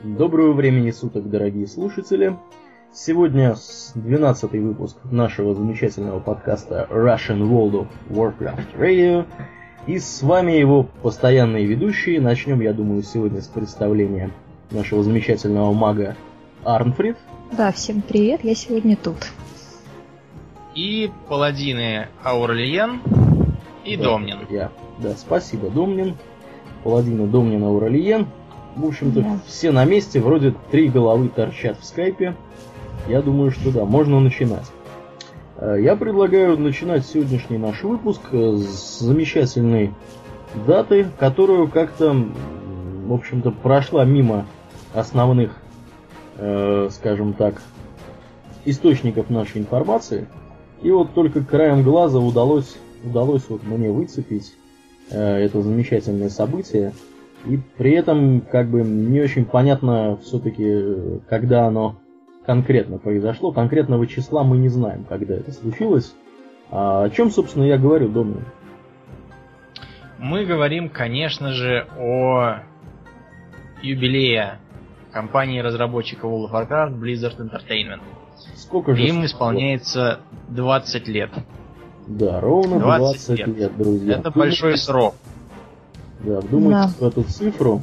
Доброго времени суток, дорогие слушатели. Сегодня 12-й выпуск нашего замечательного подкаста Russian World of Warcraft Radio. И с вами его постоянные ведущие. Начнем, я думаю, сегодня с представления нашего замечательного мага Арнфрид. Да, всем привет, я сегодня тут. И паладины Аурельен и Домнин. Спасибо, Домнин. Паладины Домнин, Аурельен. В общем-то, все на месте, вроде 3 головы торчат в скайпе. Я думаю, что да, можно начинать. Я предлагаю начинать сегодняшний наш выпуск с замечательной даты, которую как-то, в общем-то, прошла мимо основных, скажем так, источников нашей информации. И вот только краем глаза удалось вот мне выцепить это замечательное событие. И при этом как бы не очень понятно все-таки, когда оно конкретно произошло. Конкретного числа мы не знаем, когда это случилось. О чем, собственно, я говорю, Домнин? Мы говорим, конечно же, о юбилее компании-разработчиков World of Warcraft Blizzard Entertainment. Сколько же? Им исполняется 20 лет. Да, ровно 20 лет, друзья. Это большой срок. Да, вдумайтесь в эту цифру.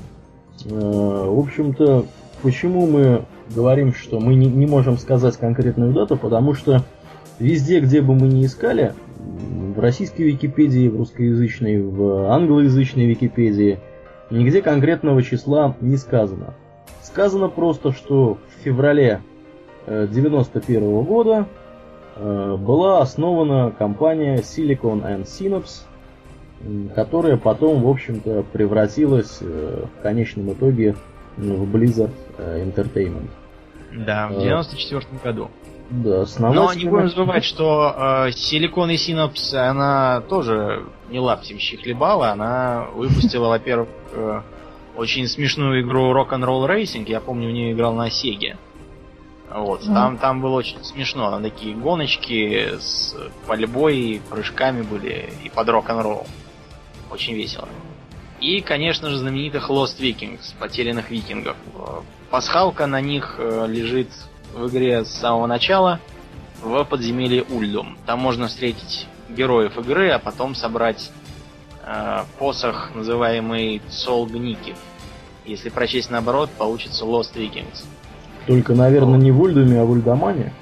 В общем-то, почему мы говорим, что мы не можем сказать конкретную дату, потому что везде, где бы мы ни искали, в российской Википедии, в русскоязычной, в англоязычной Википедии, нигде конкретного числа не сказано. Сказано просто, что в феврале 1991 года была основана компания Silicon and Synapse, которая потом, в общем-то, превратилась в конечном итоге в Blizzard Entertainment. Да, в 94 году. Да, Но не будем забывать, что Silicon и Synapse, она тоже не лаптем щихлебала. Она выпустила, во-первых, очень смешную игру Rock'n'Roll Racing. Я помню, в нее играл на Сеге. Вот, там было очень смешно. Там такие гоночки с пальбой и прыжками были, и под рок-н-ролл. Очень весело. И, конечно же, знаменитых Lost Vikings, потерянных викингов. Пасхалка на них лежит в игре с самого начала в подземелье Ульдум. Там можно встретить героев игры, а потом собрать посох, называемый Солгники. Если прочесть наоборот, получится Lost Vikings. Только, наверное, не в Ульдуме, а в Ульдамане.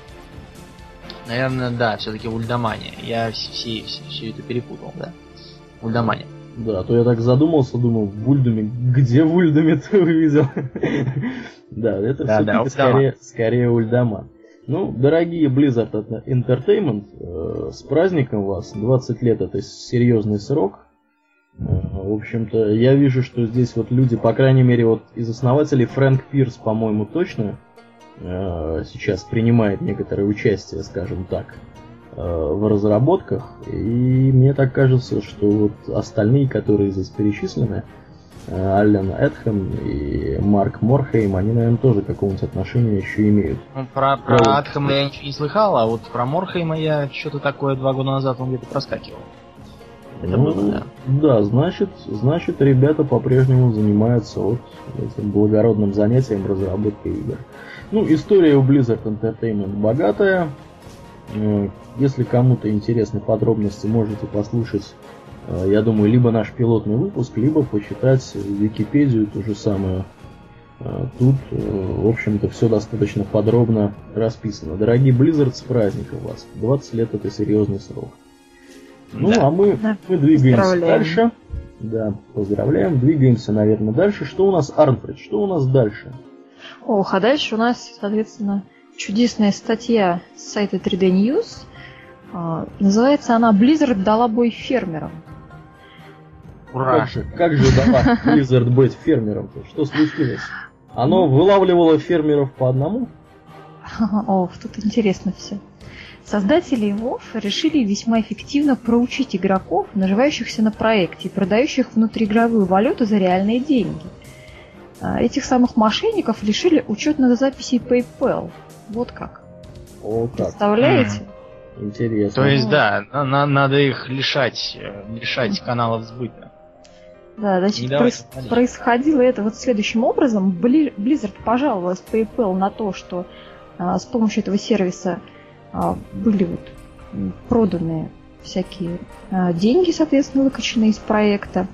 Наверное, да, все-таки в Ульдамане. Я все это перепутал, да. В Ульдамане. Да, а то я так задумался, думал, в Ульдуме. Где в Ульдуме ты увидел? Да, это все-таки скорее Ульдаман. Ну, дорогие Blizzard Entertainment, с праздником вас. 20 лет это серьезный срок. В общем-то, я вижу, что здесь вот люди, по крайней мере, вот из основателей Фрэнк Пирс, по-моему, точно сейчас принимает некоторое участие, скажем так, в разработках. И мне так кажется, что вот остальные, которые здесь перечислены, Аллен Эдхэм и Марк Морхейм, они, наверное, тоже какого-нибудь отношения еще имеют. Ну, про Эдхэма я ничего не слыхал, а вот про Морхейма я что-то такое 2 года назад он где-то проскакивал. Это было, да. Да, значит, ребята по-прежнему занимаются вот этим благородным занятием разработкой игр. Ну, история у Blizzard Entertainment богатая. Если кому-то интересны подробности, можете послушать, я думаю, либо наш пилотный выпуск, либо почитать Википедию, ту же самую. Тут, в общем-то, все достаточно подробно расписано. Дорогие Blizzard, с праздником вас. 20 лет это серьезный срок. Ну, да. А мы двигаемся дальше. Да, поздравляем. Двигаемся, наверное, дальше. Что у нас, Арнфрид? Что у нас дальше? А дальше у нас, соответственно, чудесная статья с сайта 3D News. Называется она «Blizzard дала бой фермерам». Ура! Как же дала Blizzard бой фермерам-то? Что случилось? Оно вылавливало фермеров по одному? Тут интересно все. Создатели WoW решили весьма эффективно проучить игроков, наживающихся на проекте и продающих внутриигровую валюту за реальные деньги. Этих самых мошенников лишили учетных записей PayPal. Вот как. Представляете? Интересно. То есть, да, надо их лишать каналов сбыта. Да, значит, происходило это вот следующим образом. Blizzard пожаловалась PayPal на то, что с помощью этого сервиса были вот проданы всякие деньги, соответственно, выкачанные из проекта.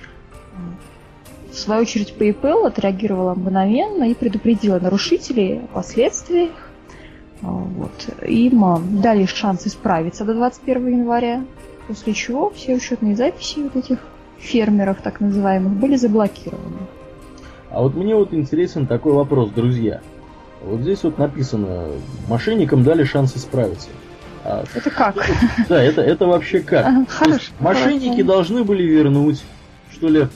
В свою очередь PayPal отреагировала мгновенно и предупредила нарушителей о последствиях. Вот. Им дали шанс исправиться до 21 января, после чего все учетные записи вот этих фермеров, так называемых, были заблокированы. А вот мне вот интересен такой вопрос, друзья. Вот здесь вот написано, мошенникам дали шанс исправиться. Это как? Да, это вообще как? Мошенники должны были вернуть, что ли,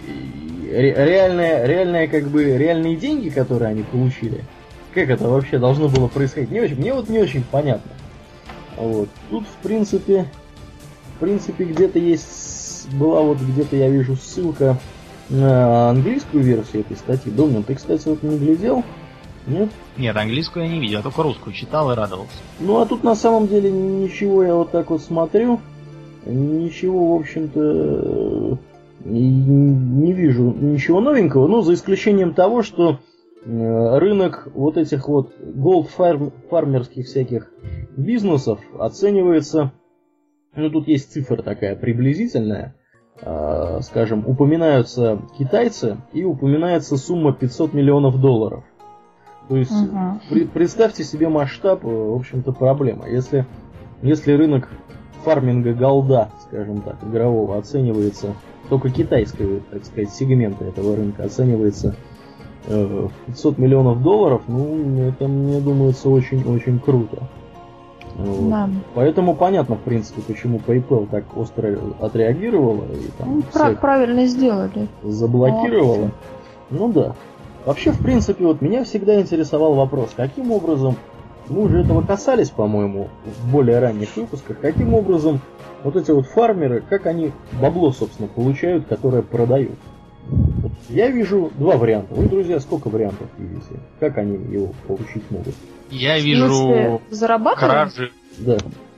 реальные деньги, которые они получили. Как это вообще должно было происходить? Мне вот не очень понятно. Вот. Тут, в принципе, где-то была вот где-то, я вижу, ссылка на английскую версию этой статьи. Домнин, ты, кстати, вот не глядел? Нет? Нет, английскую я не видел, я только русскую читал и радовался. Ну, а тут на самом деле ничего, я вот так вот смотрю, ничего, в общем-то, не вижу ничего новенького, ну, за исключением того, что рынок вот этих вот голд-фармерских всяких бизнесов оценивается, ну, тут есть цифра такая приблизительная, скажем, упоминаются китайцы и упоминается сумма $500 миллионов. То есть, представьте себе масштаб, в общем-то, проблема. Если рынок фарминга голда, скажем так, игрового, оценивается, только китайского, так сказать, сегмента этого рынка оценивается $500 миллионов, ну, это, мне думается, очень-очень круто. Вот. Да. Поэтому понятно, в принципе, почему PayPal так остро отреагировала и там правильно сделали. Заблокировала. Ну да. Вообще, в принципе, вот меня всегда интересовал вопрос, каким образом, мы уже этого касались, по-моему, в более ранних выпусках, каким образом вот эти вот фармеры, как они бабло, собственно, получают, которое продают. Вот я вижу два варианта. Вы, друзья, сколько вариантов видите? Как они его получить могут? Я вижу кражи. Да.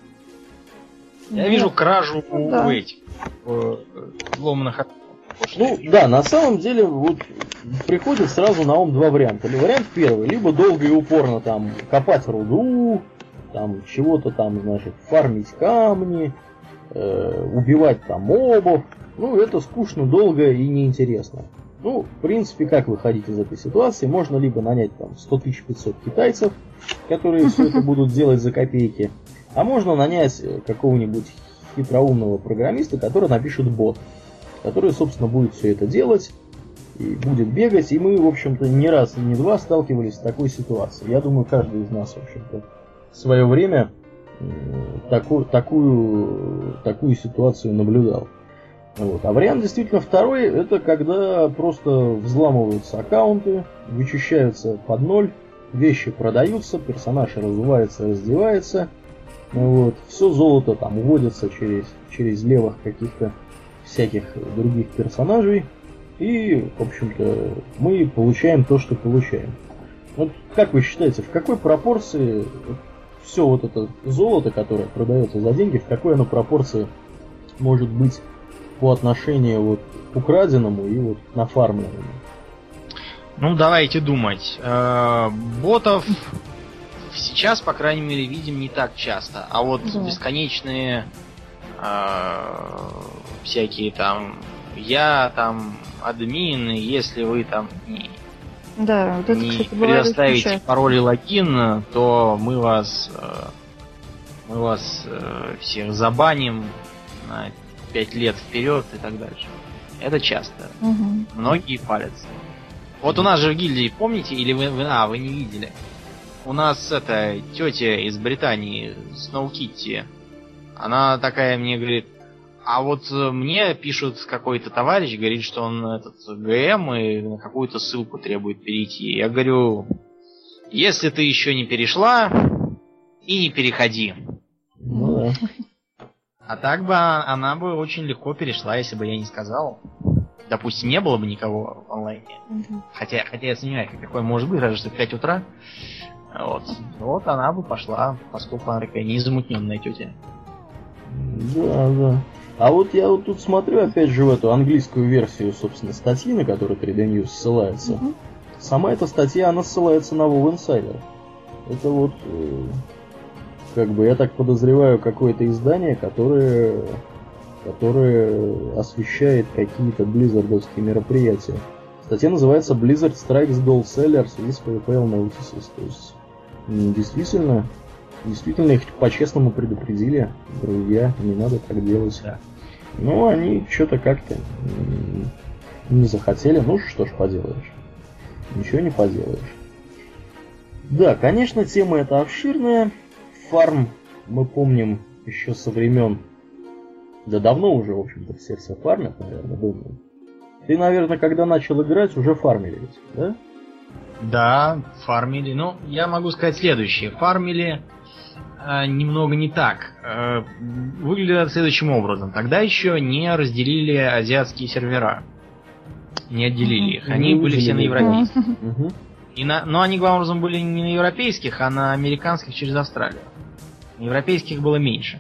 Я вижу кражу у этих ломаных. Ну да, на самом деле вот приходит сразу на ум два варианта. Вариант первый, либо долго и упорно там копать руду, там чего-то там, значит, фармить камни, убивать там мобов. Ну, это скучно, долго и неинтересно. Ну, в принципе, как выходить из этой ситуации? Можно либо нанять там 100 500 китайцев, которые все это будут делать за копейки, а можно нанять какого-нибудь хитроумного программиста, который напишет бот, который, собственно, будет все это делать и будет бегать. И мы, в общем-то, не раз и не два сталкивались с такой ситуацией. Я думаю, каждый из нас, в общем-то, в свое время такую ситуацию наблюдал. Вот. А вариант действительно второй, это когда просто взламываются аккаунты, вычищаются под ноль, вещи продаются, персонаж развивается, раздевается, вот. Все золото там уводится через левых каких-то всяких других персонажей, и, в общем-то, мы получаем то, что получаем. Вот как вы считаете, в какой пропорции все вот это золото, которое продается за деньги, в какой оно пропорции может быть по отношению вот к украденному и вот нафармленному? Ну, давайте думать. Ботов сейчас, по крайней мере, видим не так часто. А вот бесконечные всякие там там админ, если вы там не предоставите пароль и логин, то мы вас всех забаним на 5 лет вперед и так дальше. Это часто. Многие палятся. Вот у нас же в гильдии, помните, или вы не видели? У нас эта тетя из Британии, Snow Kitty, она такая мне говорит, а вот мне пишут какой-то товарищ, говорит, что он ГМ и на какую-то ссылку требует перейти. Я говорю, если ты еще не перешла, и не переходи. Ну да. А так бы она бы очень легко перешла, если бы я не сказал. Допустим, не было бы никого в онлайне. Хотя я сомневаюсь, какое может быть, разве что в 5 утра. Вот она бы пошла, поскольку она такая незамутненная тетя. Да, да. А вот я вот тут смотрю, опять же, в эту английскую версию, собственно, статьи, на которую 3D News ссылается. Сама эта статья, она ссылается на WoW Insider. Это вот, как бы, я так подозреваю, какое-то издание, которое освещает какие-то близзардовские мероприятия. Статья называется Blizzard Strikes Gold Sellers with PayPal Notices. То есть, действительно их по-честному предупредили. Друзья, не надо так делать. Да. Но они что-то как-то не захотели. Ну что ж поделаешь. Ничего не поделаешь. Да, конечно, тема эта обширная. Фарм мы помним еще со времен... Да давно уже, в общем-то, все фармят, наверное, думаю. Ты, наверное, когда начал играть, уже фармили ведь, да? Да, фармили. Ну, я могу сказать следующее. Фармили немного не так. Выглядит следующим образом. Тогда еще не разделили азиатские сервера. Не отделили их. Они были все на европейских. Но они, главным образом, были не на европейских, а на американских через Австралию. На европейских было меньше.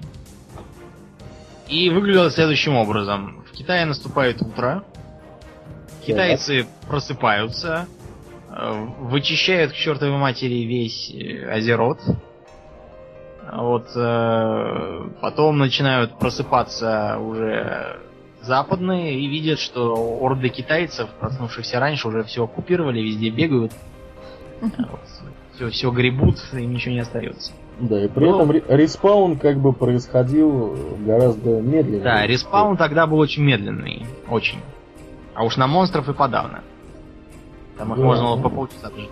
И выглядело следующим образом. В Китае наступает утро. Китайцы просыпаются, вычищают к чертовой матери весь Азерот. Вот, потом начинают просыпаться уже западные и видят, что орды китайцев, проснувшихся раньше, уже все оккупировали, везде бегают. Вот, все гребут, и ничего не остается. Да, и при этом респаун как бы происходил гораздо медленнее. Да, респаун тогда был очень медленный, очень. А уж на монстров и подавно. Там их можно было по полчаса даже.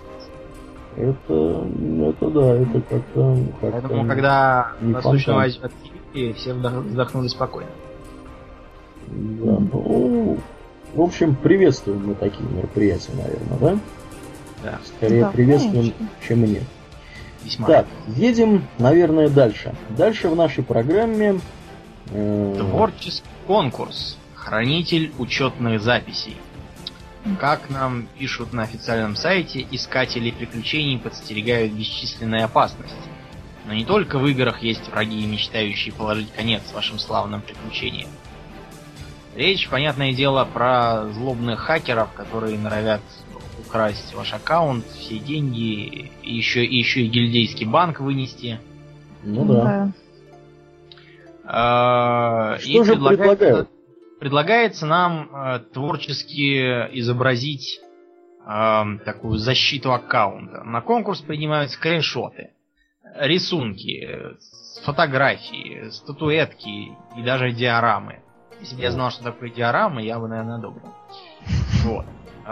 Это да, это как-то... Поэтому, когда Восточную Азию открыли, все вздохнули спокойно. Да, ну, в общем, приветствуем мы такие мероприятия, наверное, да? Да. Скорее да, приветствуем, конечно. чем нет. Весьма. Так, едем, наверное, дальше. Дальше в нашей программе... Творческий конкурс. Хранитель учетных записей. Как нам пишут на официальном сайте, искатели приключений подстерегают бесчисленные опасности. Но не только в играх есть враги, мечтающие положить конец вашим славным приключениям. Речь, понятное дело, про злобных хакеров, которые норовят украсть ваш аккаунт, все деньги, и еще и гильдейский банк вынести. Ну да. Что же предлагают? Предлагается нам творчески изобразить такую защиту аккаунта. На конкурс принимают скриншоты, рисунки, фотографии, статуэтки и даже диорамы. Если бы я знал, что такое диорамы, я бы, наверное, одобрил. Вот.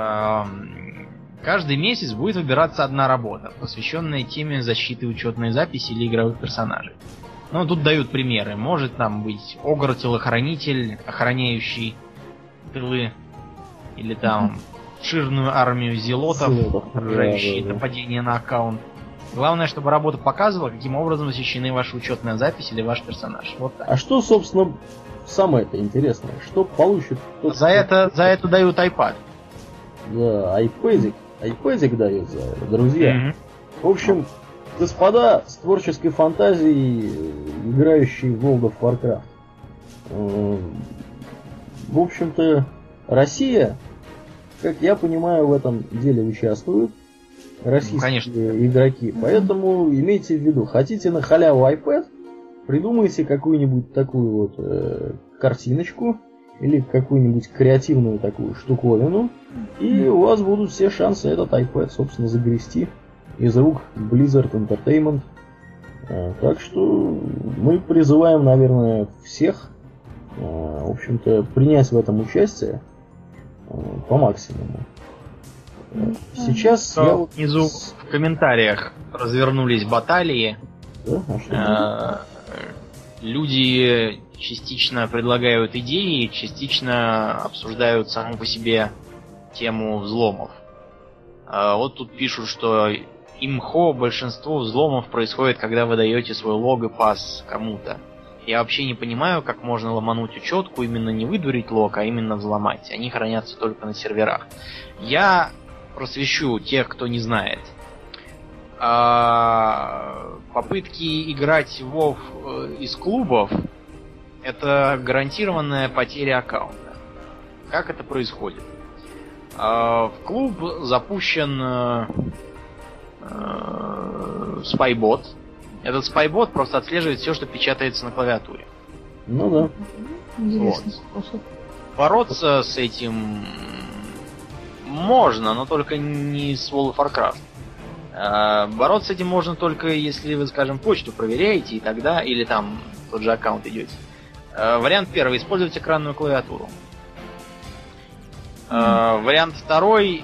Каждый месяц будет выбираться одна работа, посвященная теме защиты учетной записи или игровых персонажей. Ну, тут дают примеры. Может там быть Огр-телохранитель, охраняющий тылы, или там ширную армию зелотов, отражающие нападение на аккаунт. Главное, чтобы работа показывала, каким образом защищены ваша учетная запись или ваш персонаж. Вот так. А что, собственно, самое-то интересное? Что получит тот, За это дают iPad. Да, iPadик дают за это, друзья. В общем, господа с творческой фантазией, играющие в World of Warcraft. В общем-то, Россия, как я понимаю, в этом деле участвует. Российские игроки. Поэтому имейте в виду, хотите на халяву iPad, придумайте какую-нибудь такую вот картиночку или какую-нибудь креативную такую штуковину, и у вас будут все шансы этот iPad, собственно, загрести из рук Blizzard Entertainment. Так что мы призываем, наверное, всех, в общем-то, принять в этом участие по максимуму. Сейчас я вот... Внизу в комментариях развернулись баталии. Да? Люди частично предлагают идеи, частично обсуждают саму по себе тему взломов. Вот тут пишут, что имхо большинство взломов происходит, когда вы даете свой лог и пас кому-то. Я вообще не понимаю, как можно ломануть учетку, именно не выдурить лог, а именно взломать. Они хранятся только на серверах. Я просвещу тех, кто не знает. Попытки играть в WoW из клубов это гарантированная потеря аккаунта. Как это происходит? В клуб запущен спайбот. Этот спайбот просто отслеживает все, что печатается на клавиатуре. Ну да. Интересный способ. Бороться с этим можно, но только не с World of Warcraft. Бороться с этим можно только если вы, скажем, почту проверяете, и тогда, или там тот же аккаунт идете. Вариант первый. Использовать экранную клавиатуру. Вариант второй.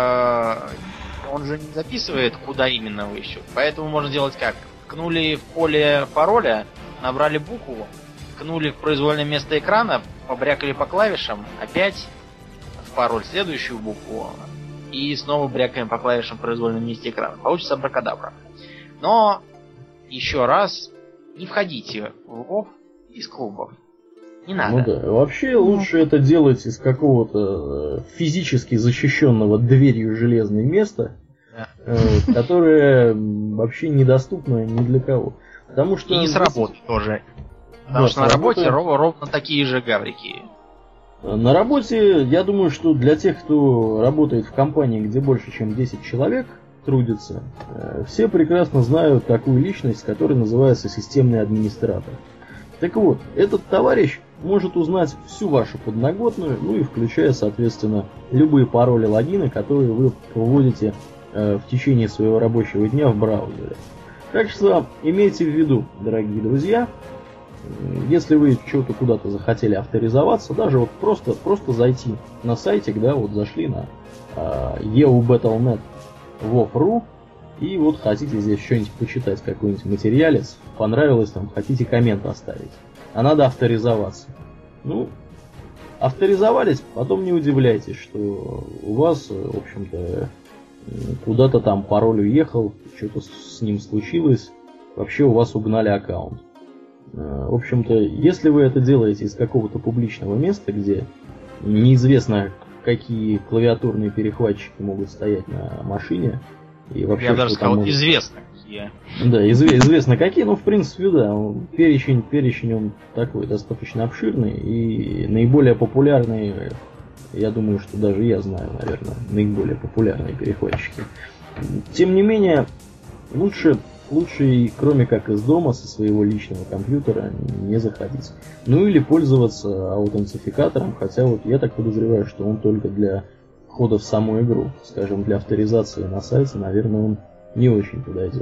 Он же не записывает, куда именно вы ищете. Поэтому можно делать как? Ткнули в поле пароля, набрали букву, ткнули в произвольное место экрана, побрякали по клавишам, опять в пароль следующую букву, и снова брякаем по клавишам в произвольном месте экрана. Получится абракадабра. Но еще раз, не входите в WoW из клубов. Не надо. Ну да. Вообще лучше это делать из какого-то физически защищенного дверью железного места, которое вообще недоступно ни для кого. Потому что... И с работы тоже. Потому что на работе ровно такие же гаврики. На работе, я думаю, что для тех, кто работает в компании, где больше, чем 10 человек трудится, все прекрасно знают такую личность, которая называется системный администратор. Так вот, этот товарищ может узнать всю вашу подноготную, ну и включая, соответственно, любые пароли, логины, которые вы вводите в течение своего рабочего дня в браузере. Так что имейте в виду, дорогие друзья, если вы что-то куда-то захотели авторизоваться, даже вот просто зайти на сайтик, да, вот зашли на EU-Battle.net WoW.ru и вот хотите здесь что-нибудь почитать, какой-нибудь материалец, понравилось там, хотите коммент оставить, а надо авторизоваться. Ну, авторизовались, потом не удивляйтесь, что у вас, в общем-то, куда-то там пароль уехал, что-то с ним случилось, вообще у вас угнали аккаунт. В общем-то, если вы это делаете из какого-то публичного места, где неизвестно, какие клавиатурные перехватчики могут стоять на машине, и вообще, я даже сказал, может... известно какие. Да, известно какие, но в принципе, да, перечень он такой достаточно обширный, и наиболее популярные, я думаю, что даже я знаю, наверное, наиболее популярные перехватчики. Тем не менее, лучше и кроме как из дома, со своего личного компьютера не заходить. Ну или пользоваться аутентификатором, хотя вот я так подозреваю, что он только для входа в саму игру. Скажем, для авторизации на сайте, наверное, он не очень подойдет.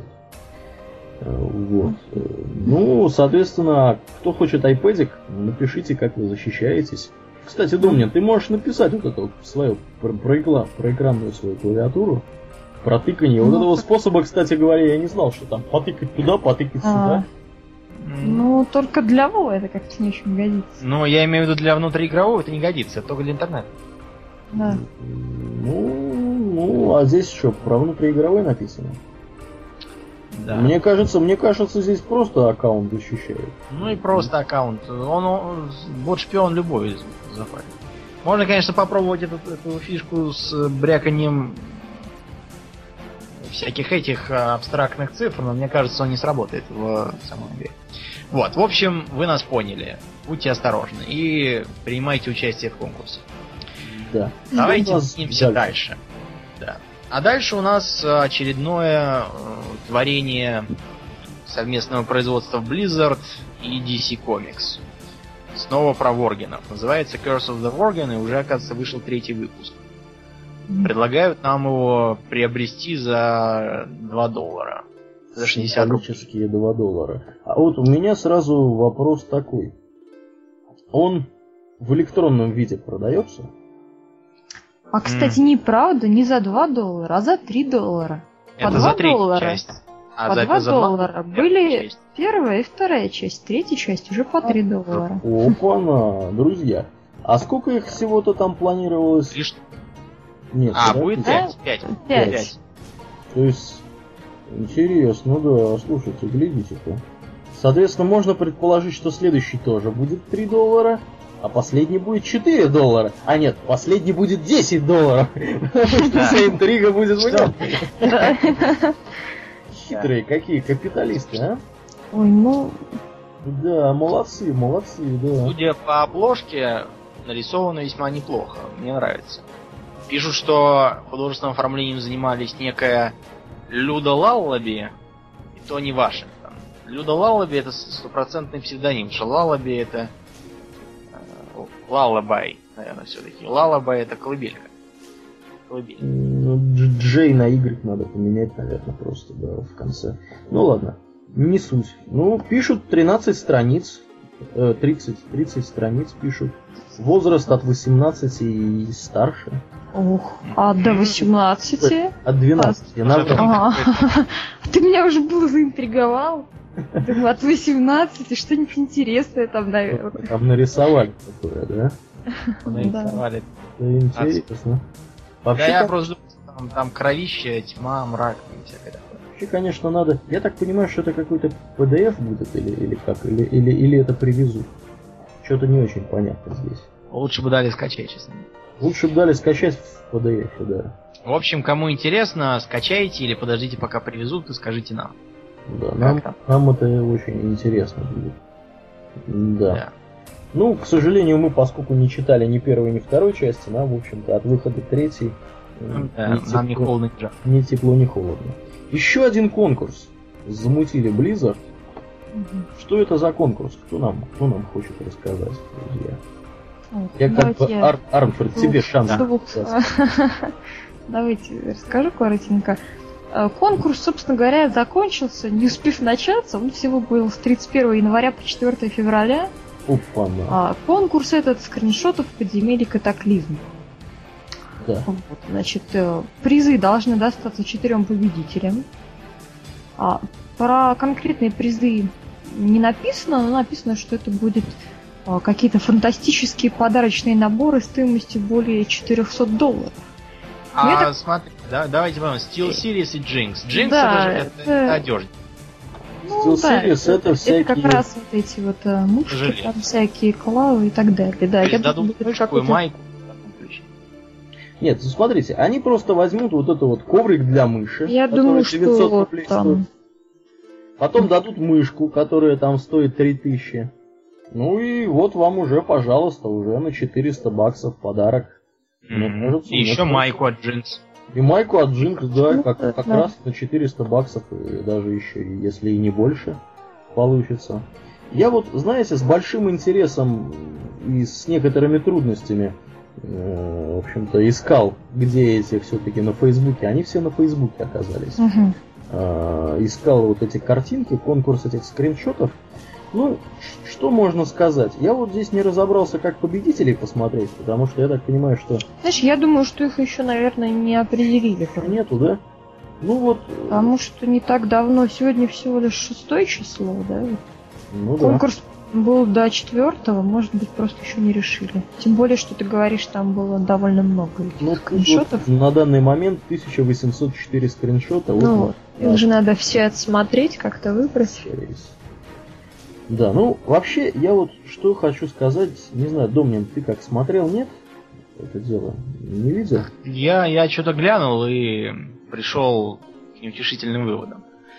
Вот. Ну, соответственно, кто хочет iPadик, напишите, как вы защищаетесь. Кстати, Домнин, ты можешь написать вот эту свою проэкранную свою клавиатуру. Про тыканье. Вот этого способа, кстати говоря, я не знал, что там потыкать туда, потыкать сюда. Ну, только для WoW это как-то не очень годится. Ну, я имею в виду для внутриигрового это не годится, это только для интернета. Да. Ну, а здесь что, про внутриигровой написано? Да. Мне кажется, здесь просто аккаунт защищает. Ну и просто аккаунт. Он бот-шпион любой запарит. Можно, конечно, попробовать эту фишку с бряканьем всяких этих абстрактных цифр, но мне кажется, он не сработает в самой игре. Вот, в общем, вы нас поняли. Будьте осторожны и принимайте участие в конкурсе. Да. Давайте двинемся дальше. Да. А дальше у нас очередное творение совместного производства Blizzard и DC Comics. Снова про воргенов. Называется Curse of the Worgen, и уже, оказывается, вышел 3-й выпуск. Предлагают нам его приобрести за $2. За 60 рублей. $2. А вот у меня сразу вопрос такой. Он в электронном виде продается? А, кстати, неправда, не за $2, а за $3. Это по за $2. Часть. А по $2 были первая и вторая часть. Третья часть уже по $3. Опа-на, друзья. А сколько их всего-то там планировалось? Нет, будет 5. 5. То есть, интересно, да, слушайте, глядите-ка. Соответственно, можно предположить, что следующий тоже будет $3, а последний будет $4. А нет, последний будет $10. Потому что вся интрига будет в нем. Хитрые какие капиталисты, а? Ой, ну... Да, молодцы, да. Судя по обложке, нарисовано весьма неплохо. Мне нравится. Пишут, что художественным оформлением занимались некая Люда Лаллаби, и то не Вашингтон. Люда Лаллаби — это стопроцентный псевдоним, что Лаллаби — это Лаллабай, наверное, все-таки. Лаллабай — это колыбелька. Колыбель. Джей на Y надо поменять, наверное, просто, да, в конце. Ну ладно, не суть. Ну, пишут 13 страниц, 30 страниц пишут. Возраст от 18 и старше. Ух, а до 18? От 12. Ты меня уже было заинтриговал. Думаю, от 18 что-нибудь интересное там, наверное. Там нарисовали такое, да? Нарисовали. Интересно. Да, я просто думаю, там кровище, тьма, мрак и всякое такое. Вообще, конечно, надо. Я так понимаю, что это какой-то PDF будет или как? Или это привезут. Что-то не очень понятно здесь. Лучше бы дали скачать, честно. Лучше бы дали скачать в PDF, да. В общем, кому интересно, скачайте или подождите, пока привезут, и скажите нам. Да, нам это очень интересно будет. Да. Ну, к сожалению, мы, поскольку не читали ни первой, ни второй части, нам, в общем-то, от выхода третьей нам не холодно, не жарко. Ни тепло, ни холодно. Еще один конкурс замутили Blizzard. Что это за конкурс? Кто нам хочет рассказать, друзья? Я как бы, Арнфорд, тебе шанс. Давайте расскажу коротенько. Конкурс, собственно говоря, закончился, не успев начаться. Он всего был с 31 января по 4 февраля. Опа-на. Конкурс этот скриншотов подземелья Катаклизм. Да. Вот, значит, призы должны достаться 4 победителям. Про конкретные призы не написано, но написано, что это будет какие-то фантастические подарочные наборы стоимостью более $400. Смотри, давайте подумаем. Steel Series и Jinx. Jinx да, это одежда. Steel Series это всякие... Это как раз вот эти вот мышки, там всякие клавы и так далее. Да, я думаю, мышку и майку. Нет, смотрите, они просто возьмут вот это вот коврик для мыши. Я думаю, что рублей там... Потом дадут мышку, которая там стоит 3000. Ну и вот вам уже, пожалуйста, уже на $400 подарок. Мне кажется, и еще майку от Jinx. И майку от Jinx, да, как раз на $400, и даже еще, если и не больше, получится. Я вот, знаете, с большим интересом и с некоторыми трудностями, в общем-то, искал, где эти все-таки на Фейсбуке. Они все на Фейсбуке оказались. Искал вот эти картинки, конкурс этих скриншотов. Ну, что можно сказать? Я вот здесь не разобрался, как победителей посмотреть, потому что я так понимаю, что... Знаешь, я думаю, что их еще, наверное, не определили. Нету, да? Ну вот... Потому что не так давно, сегодня всего лишь 6 число, да? Ну конкурс был до 4, может быть, просто еще не решили. Тем более, что ты говоришь, там было довольно много скриншотов. Вот на данный момент 1804 скриншота. Ну вот, их же надо все отсмотреть, как-то выбрать. Да, ну, вообще, я вот что хочу сказать, не знаю, Домнин, ты как смотрел, нет? Это дело не видел? Я что-то глянул и пришел к неутешительным выводам.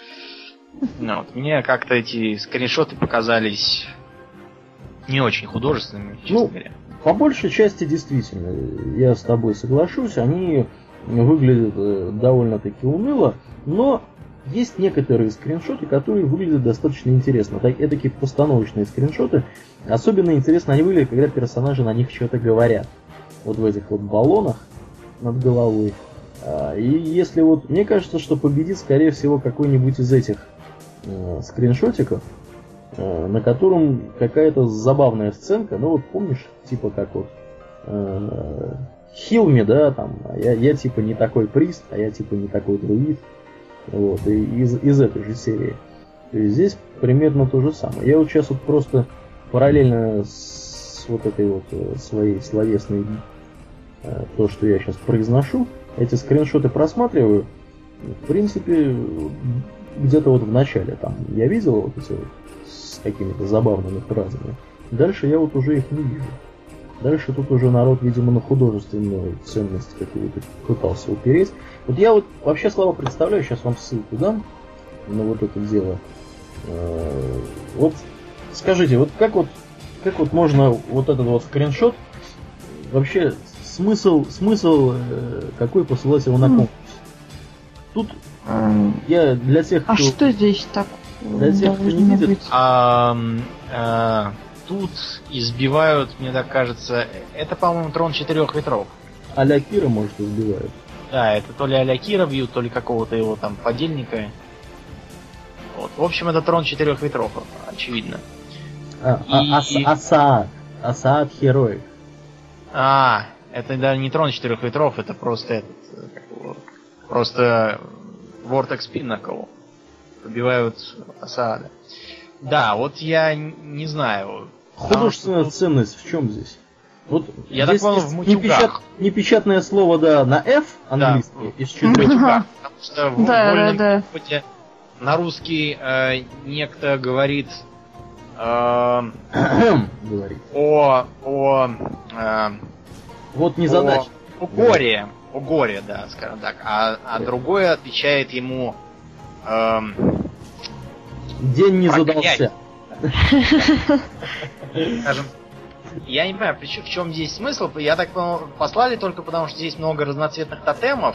Ну, вот, мне как-то эти скриншоты показались не очень художественными, честно говоря. По большей части, действительно, я с тобой соглашусь, они выглядят довольно-таки уныло, но... Есть некоторые скриншоты, которые выглядят достаточно интересно. Такие постановочные скриншоты. Особенно интересно они выглядят, когда персонажи на них что-то говорят. Вот в этих вот баллонах над головой. И если вот... Мне кажется, что победит, скорее всего, какой-нибудь из этих скриншотиков, на котором какая-то забавная сценка. Ну вот помнишь, типа как вот... Хилми, да, там, я типа не такой прист, а я типа не такой друид. Вот, и из этой же серии. То есть здесь примерно то же самое. Я вот сейчас вот просто параллельно с вот этой вот своей словесной, то, что я сейчас произношу, эти скриншоты просматриваю. В принципе, где-то вот в начале там я видел вот эти вот с какими-то забавными фразами. Дальше я вот уже их не вижу. Дальше тут уже народ, видимо, на художественную ценность какую-то пытался упереть. Вот я вот вообще, Слава, представляю, сейчас вам ссылку дам на вот это дело. Вот скажите, вот как можно вот этот вот скриншот, вообще смысл какой посылать его на конкурс? Тут я для тех, кто... А что здесь так для тех, кто не видит... Тут избивают, мне так кажется, это, по-моему, трон 4 ветров. А-ля Кира, может, избивают. Да, это то ли а-ля Кира бьют, то ли какого-то его там подельника. Вот. В общем, это трон 4 ветров, очевидно. Асаад Хероик. Это да, не трон 4 ветров, это просто просто Vortex Pinnacle. Побивают Асаада. Да, вот я не знаю. Художественная ценность в чем здесь? Вот я здесь так понял, в матюгах. Непечатное слово, да, на F английский, из 4. Потому что в вольном да. переводе на русский некто говорит говорит. Вот незадача. О горе, да, скажем так. А другое отвечает ему день не задался. Скажем, я не понимаю, в чем здесь смысл. Я так понял, послали только потому, что здесь много разноцветных тотемов,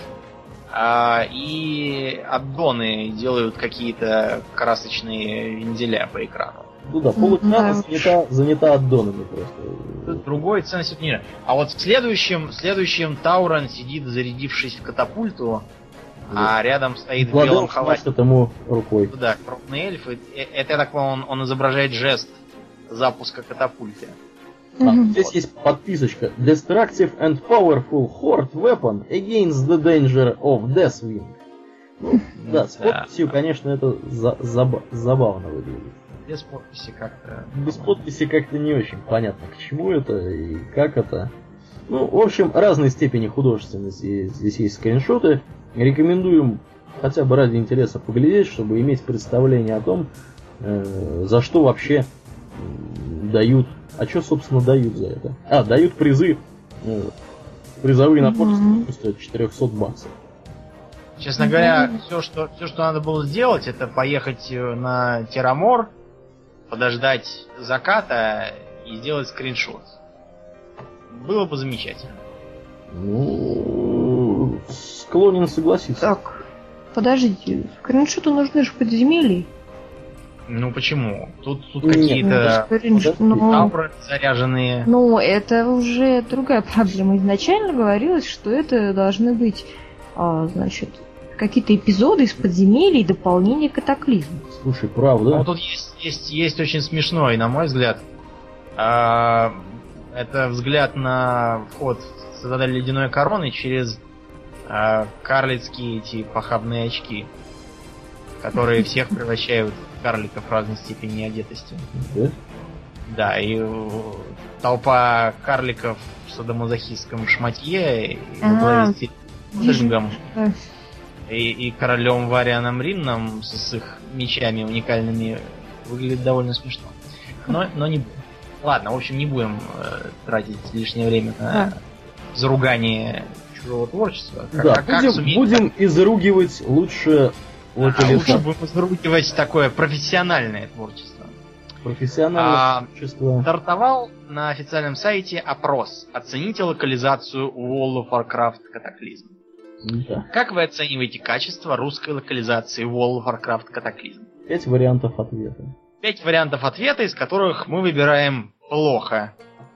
и аддоны делают какие-то красочные вензеля по экрану. Ну да, полэкрана занята аддонами просто. Другой ценности нет. А вот в следующем Таурон сидит, зарядившись в катапульту, а рядом стоит в белом халате. Этому рукой. Да, крупный эльф. Это, я так понял, он изображает жест запуска катапульты. Здесь есть подписочка. Destructive and powerful horde weapon against the danger of Deathwing. Да, с подписью, конечно, это забавно выглядит. Без подписи как-то... Без подписи как-то не очень понятно, к чему это и как это. Ну, в общем, разной степени художественности. Здесь есть скриншоты. Рекомендуем хотя бы ради интереса поглядеть, чтобы иметь представление о том, за что вообще дают. А что, собственно, дают за это? Дают призы. Призовые наборы стоят $400. Честно говоря, все, что надо было сделать, это поехать на Террамор, подождать заката и сделать скриншот. Было бы замечательно. Ну, склонен согласиться. Так, подождите, скриншоты нужны же в подземелье. Ну почему? Тут какие-то ауры заряженные. Ну, это уже другая проблема. Изначально говорилось, что это должны быть, значит, какие-то эпизоды из подземелий и дополнение катаклизма. Слушай, правда? Ну, тут есть очень смешной, на мой взгляд. Это взгляд на вход в Цитадель Ледяной Короны через карлицкие эти похабные очки, которые всех превращают в карликов разной степени одетости. Да, и толпа карликов в садомазохистском шматье во главе с Тильдингом и королем Варианом Ринном с их мечами уникальными выглядит довольно смешно. Но не будем. Ладно, в общем, не будем тратить лишнее время на заругание чужого творчества. Будем изругивать лучше... лучше будем изругивать такое профессиональное творчество. Профессиональное творчество. Стартовал на официальном сайте опрос. Оцените локализацию World of Warcraft Cataclysm. Да. Как вы оцениваете качество русской локализации World of Warcraft Cataclysm? 5 вариантов ответа. 5 вариантов ответа, из которых мы выбираем плохо.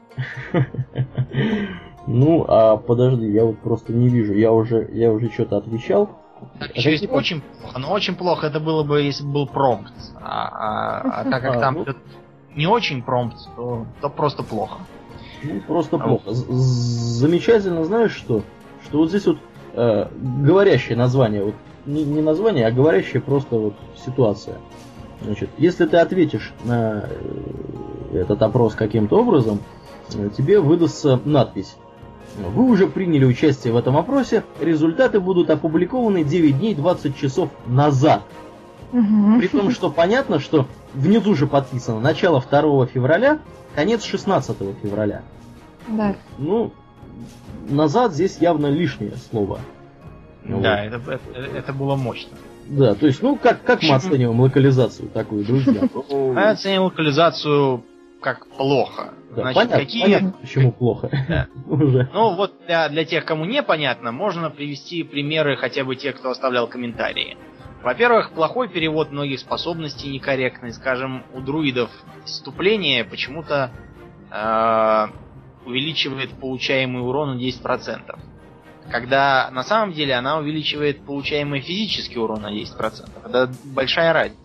Ну, подожди, я вот просто не вижу. Я уже что-то отвечал. Так, еще есть очень плохо, но очень плохо это было бы, если бы был промпт. Так как там не очень промпт, то просто плохо. Ну, просто плохо. Замечательно, знаешь что? Что вот здесь вот говорящее название, вот не название, а говорящая просто вот ситуация. Значит, если ты ответишь на этот опрос каким-то образом, тебе выдастся надпись. Вы уже приняли участие в этом опросе, результаты будут опубликованы 9 дней 20 часов назад. При том, что понятно, что внизу же подписано начало 2 февраля, конец 16 февраля. Да. Ну, назад здесь явно лишнее слово. Да, это было мощно. Да, то есть, ну, как мы оцениваем локализацию такую, друзья? Мы оцениваем локализацию как плохо. Да, Значит, понятно, почему плохо. Да. Уже. Ну, вот для тех, кому непонятно, можно привести примеры хотя бы тех, кто оставлял комментарии. Во-первых, плохой перевод многих способностей некорректный. Скажем, у друидов вступление почему-то увеличивает получаемый урон на 10%. Когда на самом деле она увеличивает получаемый физический урон на 10%. Это большая разница.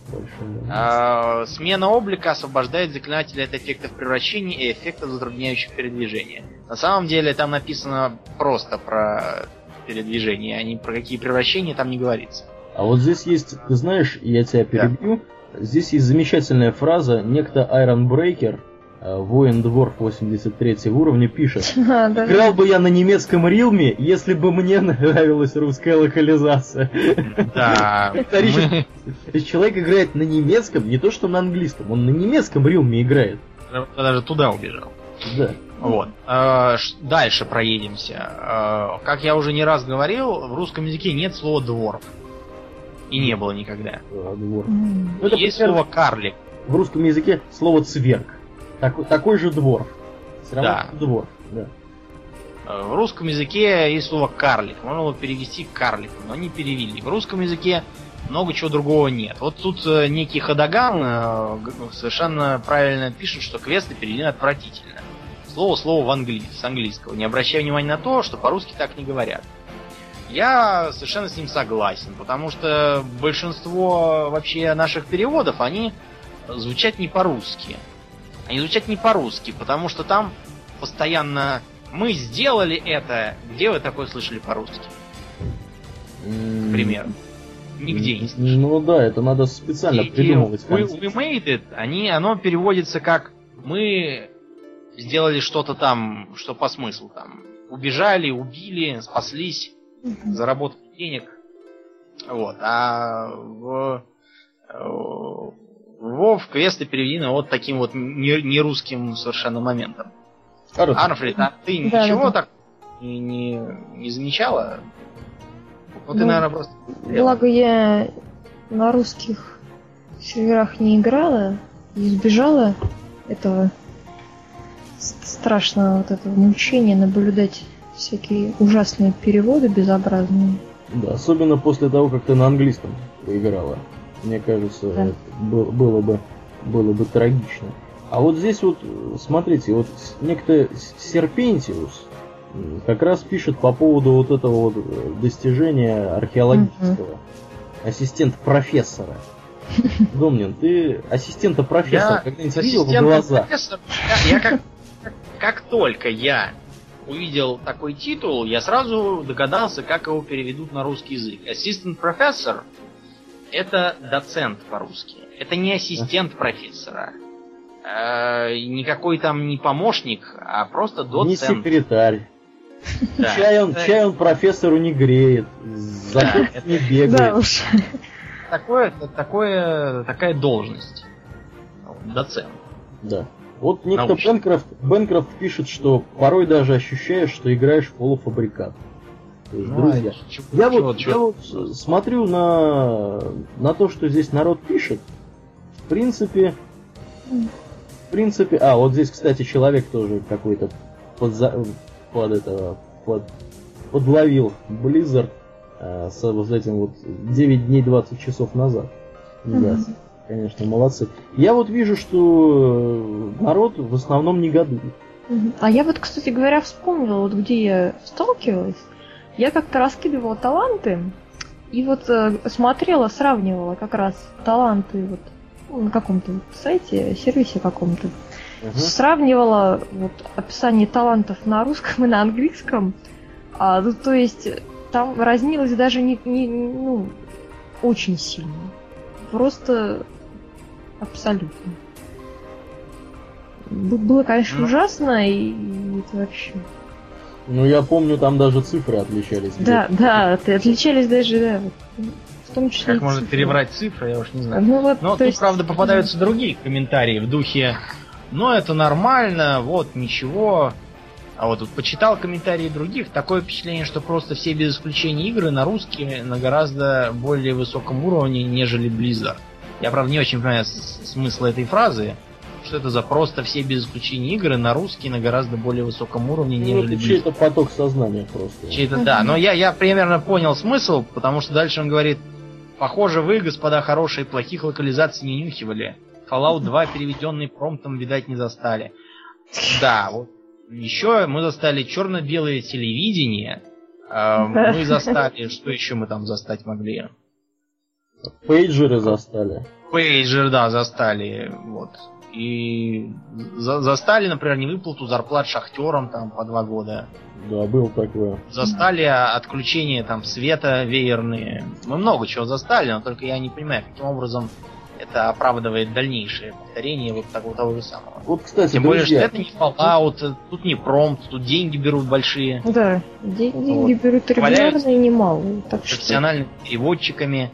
Смена облика освобождает заклинателя от эффектов превращения и эффектов, затрудняющих передвижение. На самом деле там написано просто про передвижение, а не про какие превращения там не говорится. А вот здесь есть, ты знаешь, я тебя перебью, здесь есть замечательная фраза, некто Iron Breaker, воин-дворф 83 уровня, пишет: играл бы я на немецком рилме, если бы мне нравилась русская локализация. Да. Человек играет на немецком, не то что на английском, он на немецком рилме играет. Даже туда убежал. Да. Вот. Дальше проедемся. Как я уже не раз говорил, в русском языке нет слова дворф. И не было никогда. Есть слово карлик. В русском языке слово цверг. Такой же дворф. Все равно дворф, да. В русском языке есть слово карлик. Можно было перевести карлик, но не перевели. В русском языке много чего другого нет. Вот тут некий Ходоган совершенно правильно пишет, что квесты переведены отвратительно. Слово с английского. Не обращая внимания на то, что по-русски так не говорят. Я совершенно с ним согласен, потому что большинство вообще наших переводов, они звучат не по-русски. Они звучат не по-русски, потому что там постоянно «мы сделали это». Где вы такое слышали по-русски? К примеру. Нигде не слышали. Ну да, это надо специально придумывать. We made it, оно переводится как «мы сделали что-то там, что по смыслу там. Убежали, убили, спаслись, заработали денег». Вот. А в квесты переведены вот таким вот нерусским совершенно моментом. Арнфрид, а ты ничего так не замечала? Ну, ты, наверное, просто... Благо я на русских серверах не играла и избежала этого страшного вот этого мучения наблюдать всякие ужасные переводы безобразные. Да, особенно после того, как ты на английском поиграла. Мне кажется, это было бы трагично. А вот здесь вот, смотрите, вот некто Серпентиус как раз пишет по поводу вот этого вот достижения археологического. Ассистент профессора. Домнин, ты ассистента профессора когда-нибудь видел в глаза? Я как только я увидел такой титул, я сразу догадался, как его переведут на русский язык. Assistant Professor — это доцент по-русски. Это не ассистент профессора. Никакой там не помощник, а просто доцент. Не секретарь. Да. Чай он профессору не греет, не бегает. Да уж. Такая должность. Доцент. Да. Вот некто Бэнкрофт пишет, что порой даже ощущаешь, что играешь в полуфабрикат. То есть, друзья, я вот смотрю на то, что здесь народ пишет. В принципе, вот здесь, кстати, человек тоже какой-то подловил Blizzard с вот этим вот 9 дней 20 часов назад. Да, конечно, молодцы. Я вот вижу, что народ в основном негодует. А я вот, кстати говоря, вспомнила, вот где я сталкивалась. Я как-то раскидывала таланты и вот смотрела, сравнивала как раз таланты вот на каком-то сайте, сервисе каком-то. Сравнивала вот описание талантов на русском и на английском. Ну, то есть там разнилось даже не очень сильно. Просто абсолютно. Было, конечно, ужасно, и это вообще... Ну, я помню, там даже цифры отличались. Да, отличались даже, да. В том числе как можно перебрать цифры, я уж не знаю. Ну, вот, но тут, есть... правда, попадаются другие комментарии в духе: ну, это нормально, вот, ничего. А вот почитал комментарии других, такое впечатление, что просто все без исключения игры на русский на гораздо более высоком уровне, нежели Blizzard. Я, правда, не очень понимаю смысла этой фразы, что это за просто все без исключения игры на русский на гораздо более высоком уровне, нежели Blizzard. Чей-то поток сознания просто. Чей-то, да, но я примерно понял смысл, потому что дальше он говорит: похоже, вы, господа хорошие, плохих локализаций не нюхивали. Fallout 2 переведенный промптом, видать, не застали. Да, вот. Еще мы застали черно-белое телевидение. Мы застали... Что еще мы там застать могли? Пейджеры застали. Пейджер, да, застали. Вот. И застали, например, невыплату зарплат шахтерам там по 2 года. Да, было такое. Застали отключение там света веерные. Мы много чего застали, но только я не понимаю, каким образом это оправдывает дальнейшее повторение вот того же самого. Вот, кстати, тем более, что это не Fallout, тут не промпт, тут деньги берут большие. Да, деньги берут регулярно и немало. Так профессиональными переводчиками.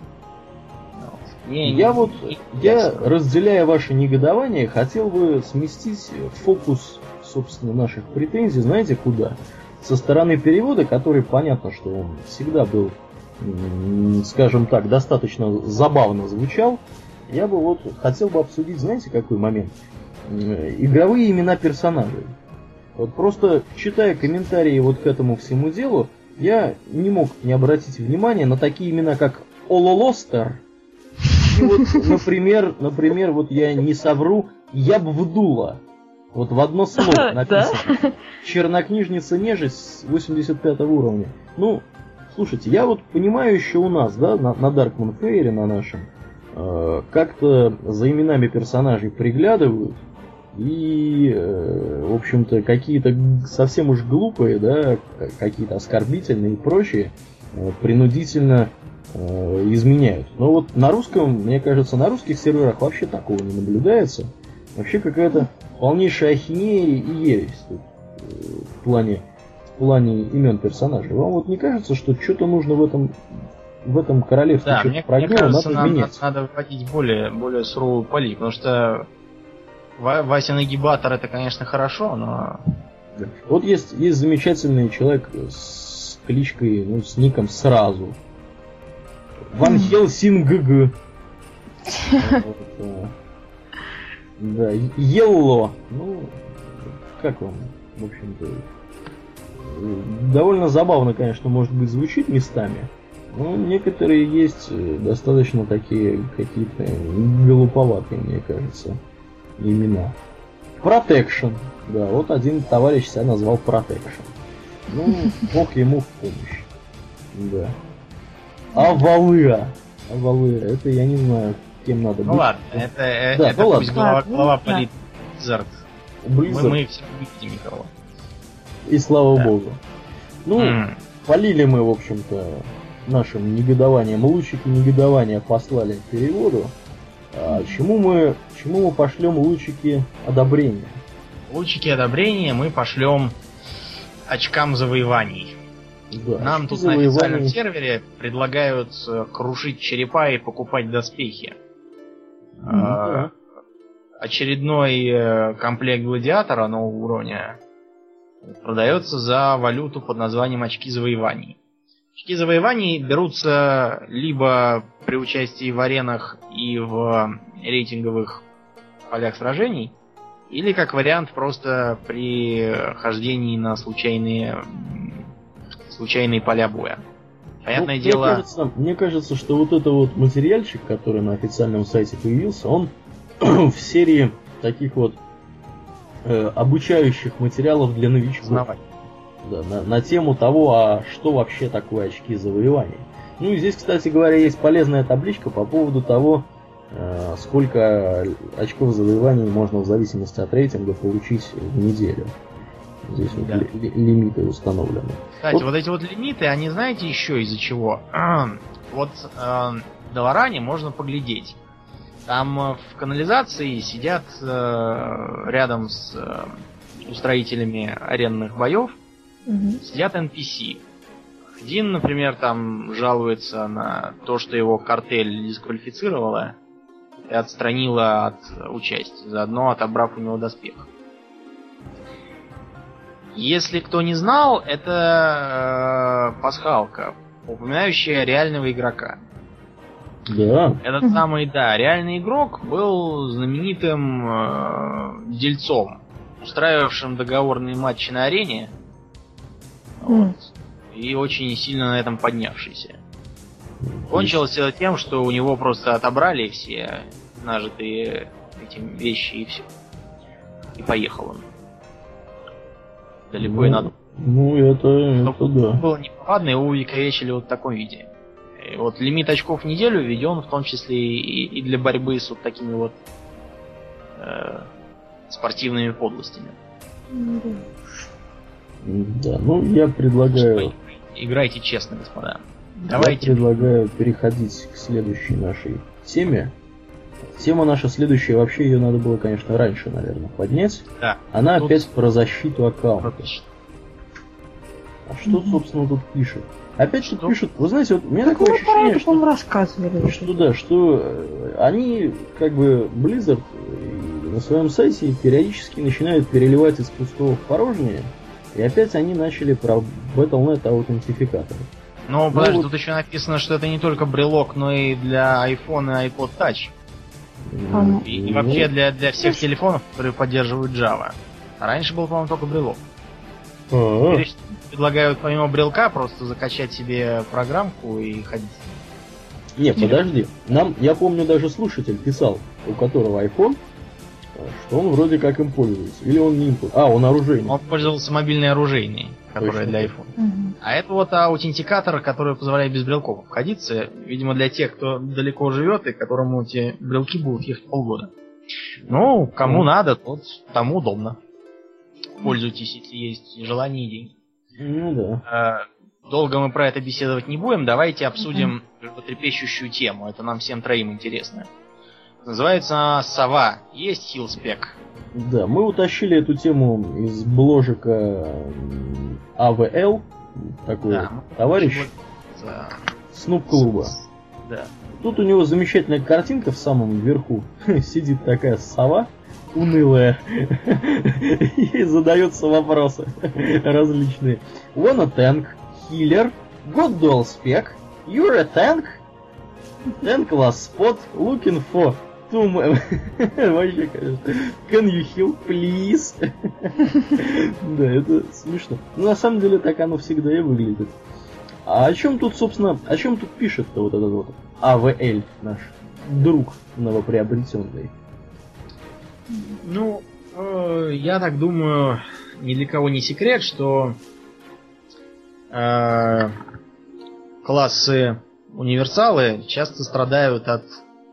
Я, разделяя ваше негодование, хотел бы сместить фокус, собственно, наших претензий, знаете, куда? Со стороны перевода, который, понятно, что он всегда был, скажем так, достаточно забавно звучал, я бы вот хотел бы обсудить, знаете, какой момент? Игровые имена персонажей. Вот просто читая комментарии вот к этому всему делу, я не мог не обратить внимания на такие имена, как Ололостер. И вот, например, вот я не совру, Ябвдула. Вот в одно слово написано. Чернокнижница Нежить с 85 уровня. Ну, слушайте, я вот понимаю еще у нас, да, на Darkman Fair, на нашем, как-то за именами персонажей приглядывают. И, в общем-то, какие-то совсем уж глупые, да, какие-то оскорбительные и прочие принудительно изменяют. Но вот на русском, мне кажется, на русских серверах вообще такого не наблюдается. Вообще какая-то полнейшая ахинея и ересь тут, в плане имен персонажей. Вам вот не кажется, что что-то нужно в этом королевстве, да, что-то мне кажется, надо изменять? Надо вводить более суровую политику, потому что Вася Нагибатор это, конечно, хорошо, но... Вот есть замечательный человек с кличкой, ну, с ником сразу. Ван Хелсинг. Да, Елло. Ну, как вам, в общем-то, довольно забавно, конечно, может быть, звучит местами, но некоторые есть достаточно такие какие-то глуповатые, мне кажется, имена. Protection. Да, вот один товарищ себя назвал Protection. Ну, бог ему в помощь. Да. Авалыа, это я не знаю, кем надо быть. Ну ладно, это пусть глава полит Blizzard. Мы все не видим никого. И слава богу. Ну, полили мы, в общем-то, нашим негодованием. Лучики негодования послали к переводу. А чему мы пошлем лучики одобрения? Лучики одобрения мы пошлем очкам завоеваний. Да, нам тут на официальном сервере предлагают крушить черепа и покупать доспехи. Да. Очередной комплект гладиатора нового уровня продается за валюту под названием очки завоеваний. Очки завоеваний берутся либо при участии в аренах и в рейтинговых полях сражений, или как вариант просто при хождении на случайные поля боя. Понятное дело... Мне кажется, что вот это вот материальчик, который на официальном сайте появился, он в серии таких вот обучающих материалов для новичков. Да, на тему того, а что вообще такое очки завоевания. Ну и здесь, кстати говоря, есть полезная табличка по поводу того, сколько очков завоеваний можно в зависимости от рейтинга получить в неделю. Здесь да. Вот лимиты установлены. Кстати, вот эти вот лимиты, они знаете еще из-за чего? Вот в Долоране можно поглядеть. Там в канализации сидят рядом с устроителями аренных боев, сидят NPC. Один, например, там жалуется на то, что его картель дисквалифицировала и отстранила от участия, заодно отобрав у него доспех. Если кто не знал, это пасхалка, упоминающая реального игрока. Да. Этот самый, да, реальный игрок был знаменитым дельцом, устраивавшим договорные матчи на арене, вот, и очень сильно на этом поднявшийся. Кончилось все тем, что у него просто отобрали все нажитые этим вещи и все. И поехал он. Далеко и надо. Ну, это да. Было неповадно, его увековечили вот в таком виде. И вот лимит очков в неделю введен, в том числе и для борьбы с вот такими вот спортивными подлостями. Да, ну я предлагаю... Играйте честно, господа. Давайте. Я предлагаю переходить к следующей нашей теме. Тема наша следующая, вообще ее надо было, конечно, раньше, наверное, поднять. Да. Она тут... опять про защиту аккаунта. А что, собственно, тут пишет? Опять тут пишут, вы знаете, вот у меня такое ощущение, что рассказывали, что они, как бы, Blizzard на своем сайте периодически начинают переливать из пустого в порожнее, и опять они начали про Battle.net аутентификаторы. Но, подожди, тут еще написано, что это не только брелок, но и для iPhone и iPod Touch. И вообще для всех телефонов, которые поддерживают Java. А раньше был, по-моему, только брелок. Теперь предлагают помимо брелка просто закачать себе программку и ходить. Не, подожди. Я помню, даже слушатель писал, у которого iPhone, что он вроде как им пользуется. Или он не им пользуется. Он оружейный. Он пользовался мобильной оружейной, которая для iPhone. А это вот аутентикатор, который позволяет без брелков обходиться. Видимо, для тех, кто далеко живет и которому эти брелки будут ехать полгода. Ну, кому надо, тот тому удобно. Пользуйтесь, если есть желание и деньги. Ну да. Долго мы про это беседовать не будем. Давайте обсудим животрепещущую тему. Это нам всем троим интересно. Называется она «Сова». Есть хилспек? Да, мы утащили эту тему из бложика АВЛ. Такой товарищ Снуп-клуба. Да. Тут у него замечательная картинка в самом верху. Сидит такая сова унылая и задаются вопросы различные. Wanna tank, healer, got dual spec, you're a tank, tankless spot, looking for two вообще, конечно. Can you heal, please? Да, это смешно. Но на самом деле так оно всегда и выглядит. А о чем тут, собственно, о чем тут пишет-то вот этот вот АВЛ, наш друг новоприобретенный? Ну, я так думаю, ни для кого не секрет, что классы универсалы часто страдают от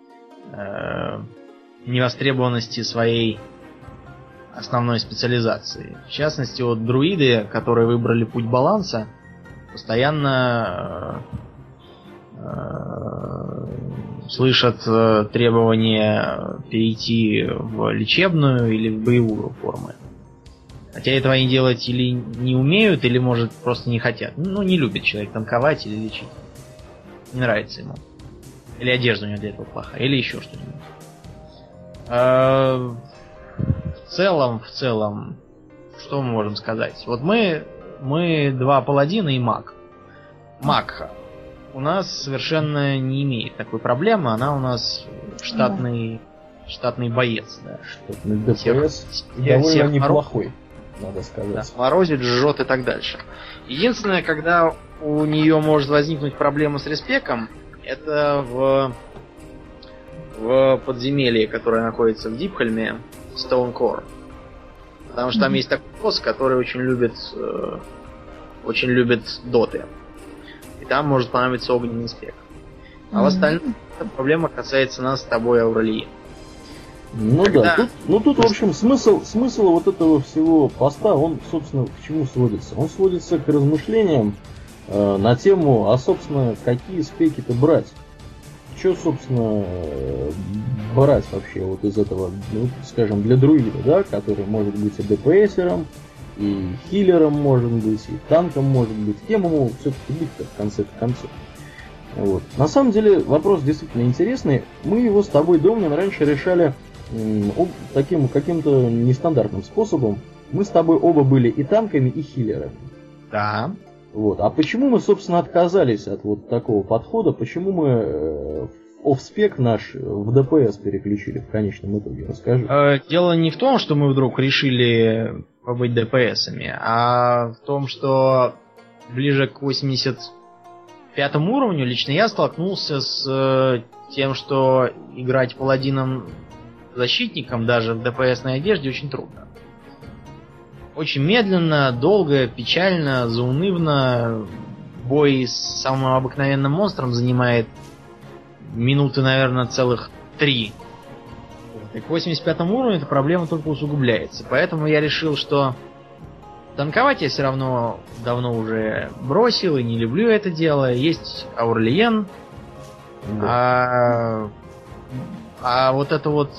невостребованности своей основной специализации. В частности, вот друиды, которые выбрали путь баланса, постоянно слышат требования перейти в лечебную или в боевую форму. Хотя этого они делать или не умеют, или, может, просто не хотят. Ну, не любит человек танковать или лечить. Не нравится ему. Или одежда у него для этого плохая, или еще что-нибудь. В целом, что мы можем сказать? Вот мы два паладина и маг. Маг у нас совершенно не имеет такой проблемы, она у нас штатный боец, да. Штатный ДПС довольно неплохой, надо сказать. Да, морозит, жжет и так дальше. Единственное, когда у нее может возникнуть проблема с респеком, это в подземелье, которое находится в Дипхельме, Stonecore. Потому что там есть такой босс, который очень любит доты. И там может понадобиться огненный спек. А в остальном эта проблема касается нас с тобой, Аурелия. Ну да, тут в общем смысл вот этого всего поста, он, собственно, к чему сводится? Он сводится к размышлениям на тему, а собственно, какие спеки-то брать? Что, собственно, брать вообще вот из этого, ну, скажем, для друида, да, который может быть и ДПСером, и хилером может быть, и танком может быть. Кем ему все-таки быть-то в конце концов? Вот. На самом деле вопрос действительно интересный. Мы его с тобой, Домнин, раньше решали таким каким-то нестандартным способом. мы с тобой оба были и танками, и хиллерами. Да. Вот. А почему мы, собственно, отказались от вот такого подхода? Почему мы офспек наш в ДПС переключили в конечном итоге? Расскажи. Дело не в том, что мы вдруг решили побыть ДПСами, а в том, что ближе к 85-му уровню лично я столкнулся с тем, что играть паладином-защитником даже в ДПСной одежде очень трудно. Очень медленно, долго, печально, заунывно. Бой с самым обыкновенным монстром занимает минуты, наверное, целых 3. И к 85-му уровню эта проблема только усугубляется. Поэтому я решил, что танковать я все равно давно уже бросил и не люблю это дело. Есть Аурлиен. А вот это вот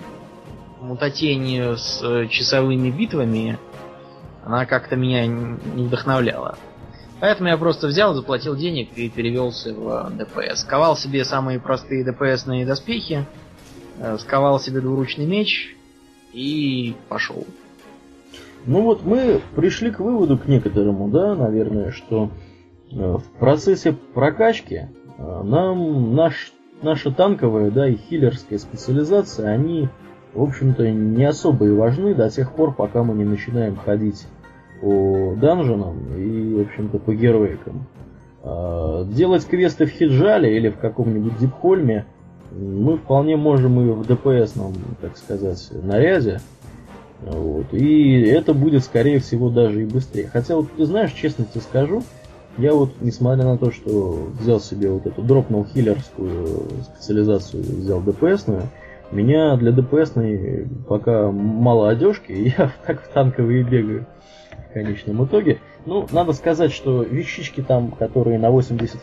мутатень с часовыми битвами, она как-то меня не вдохновляла. Поэтому я просто взял, заплатил денег и перевелся в ДПС. Сковал себе самые простые ДПСные доспехи, сковал себе двуручный меч и пошел. Ну вот мы пришли к выводу, к некоторому, да, наверное, что в процессе прокачки нам наша танковая, да, и хиллерская специализация, они, в общем-то, не особо и важны до тех пор, пока мы не начинаем ходить по данженам и, в общем-то, по героикам. Делать квесты в Хиджале или в каком-нибудь Дипхольме мы вполне можем и в ДПСном, так сказать, наряде. Вот. И это будет, скорее всего, даже и быстрее. Хотя, вот ты знаешь, честно тебе скажу, я вот, несмотря на то, что взял себе вот эту, дропнул хиллерскую специализацию, взял ДПСную, меня для ДПСной пока мало одежки, и я так в танковые бегаю в конечном итоге. Ну, надо сказать, что вещички там, которые на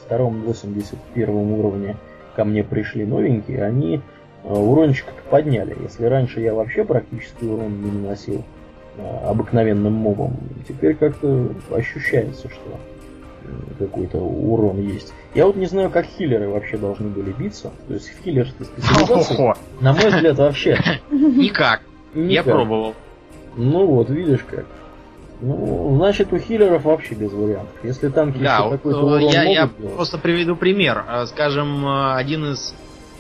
82-81 уровне ко мне пришли новенькие, они урончик-то подняли. Если раньше я вообще практически урон не наносил обыкновенным мобом, теперь как-то ощущается, что какой-то урон есть. Я вот не знаю, как хиллеры вообще должны были биться. То есть в хиллерской специализации, на мой взгляд, вообще никак. Я пробовал. Ну вот, видишь как. Ну, значит, у хиллеров вообще без вариантов. Если танки да, еще какой-то урон я делать... просто приведу пример. Скажем, один из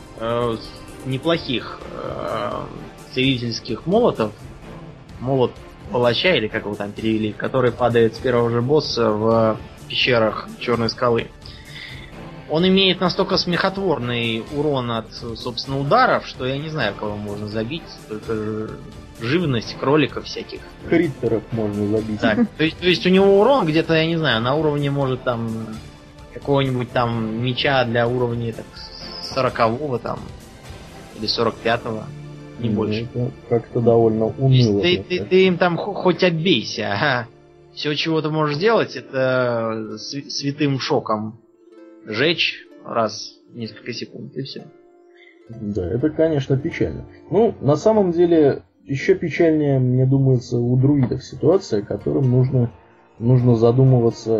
неплохих целительских молотов, молот палача, или как его там перевели, который падает с первого же босса в пещерах Черной скалы. Он имеет настолько смехотворный урон от, собственно, ударов, что я не знаю, кого можно забить, только живность, кроликов всяких. Криттеров можно забить. Так, то есть у него урон где-то, я не знаю, на уровне, может, там, какого-нибудь там меча для уровня так, 40-го там, или 45-го, не больше. Это как-то довольно уныло. Ты им там хоть оббейся, ага. Все, чего ты можешь сделать, это святым шоком жечь раз в несколько секунд, и все. Да, это, конечно, печально. Ну, на самом деле, еще печальнее, мне думается, у друидов ситуация, которым нужно задумываться,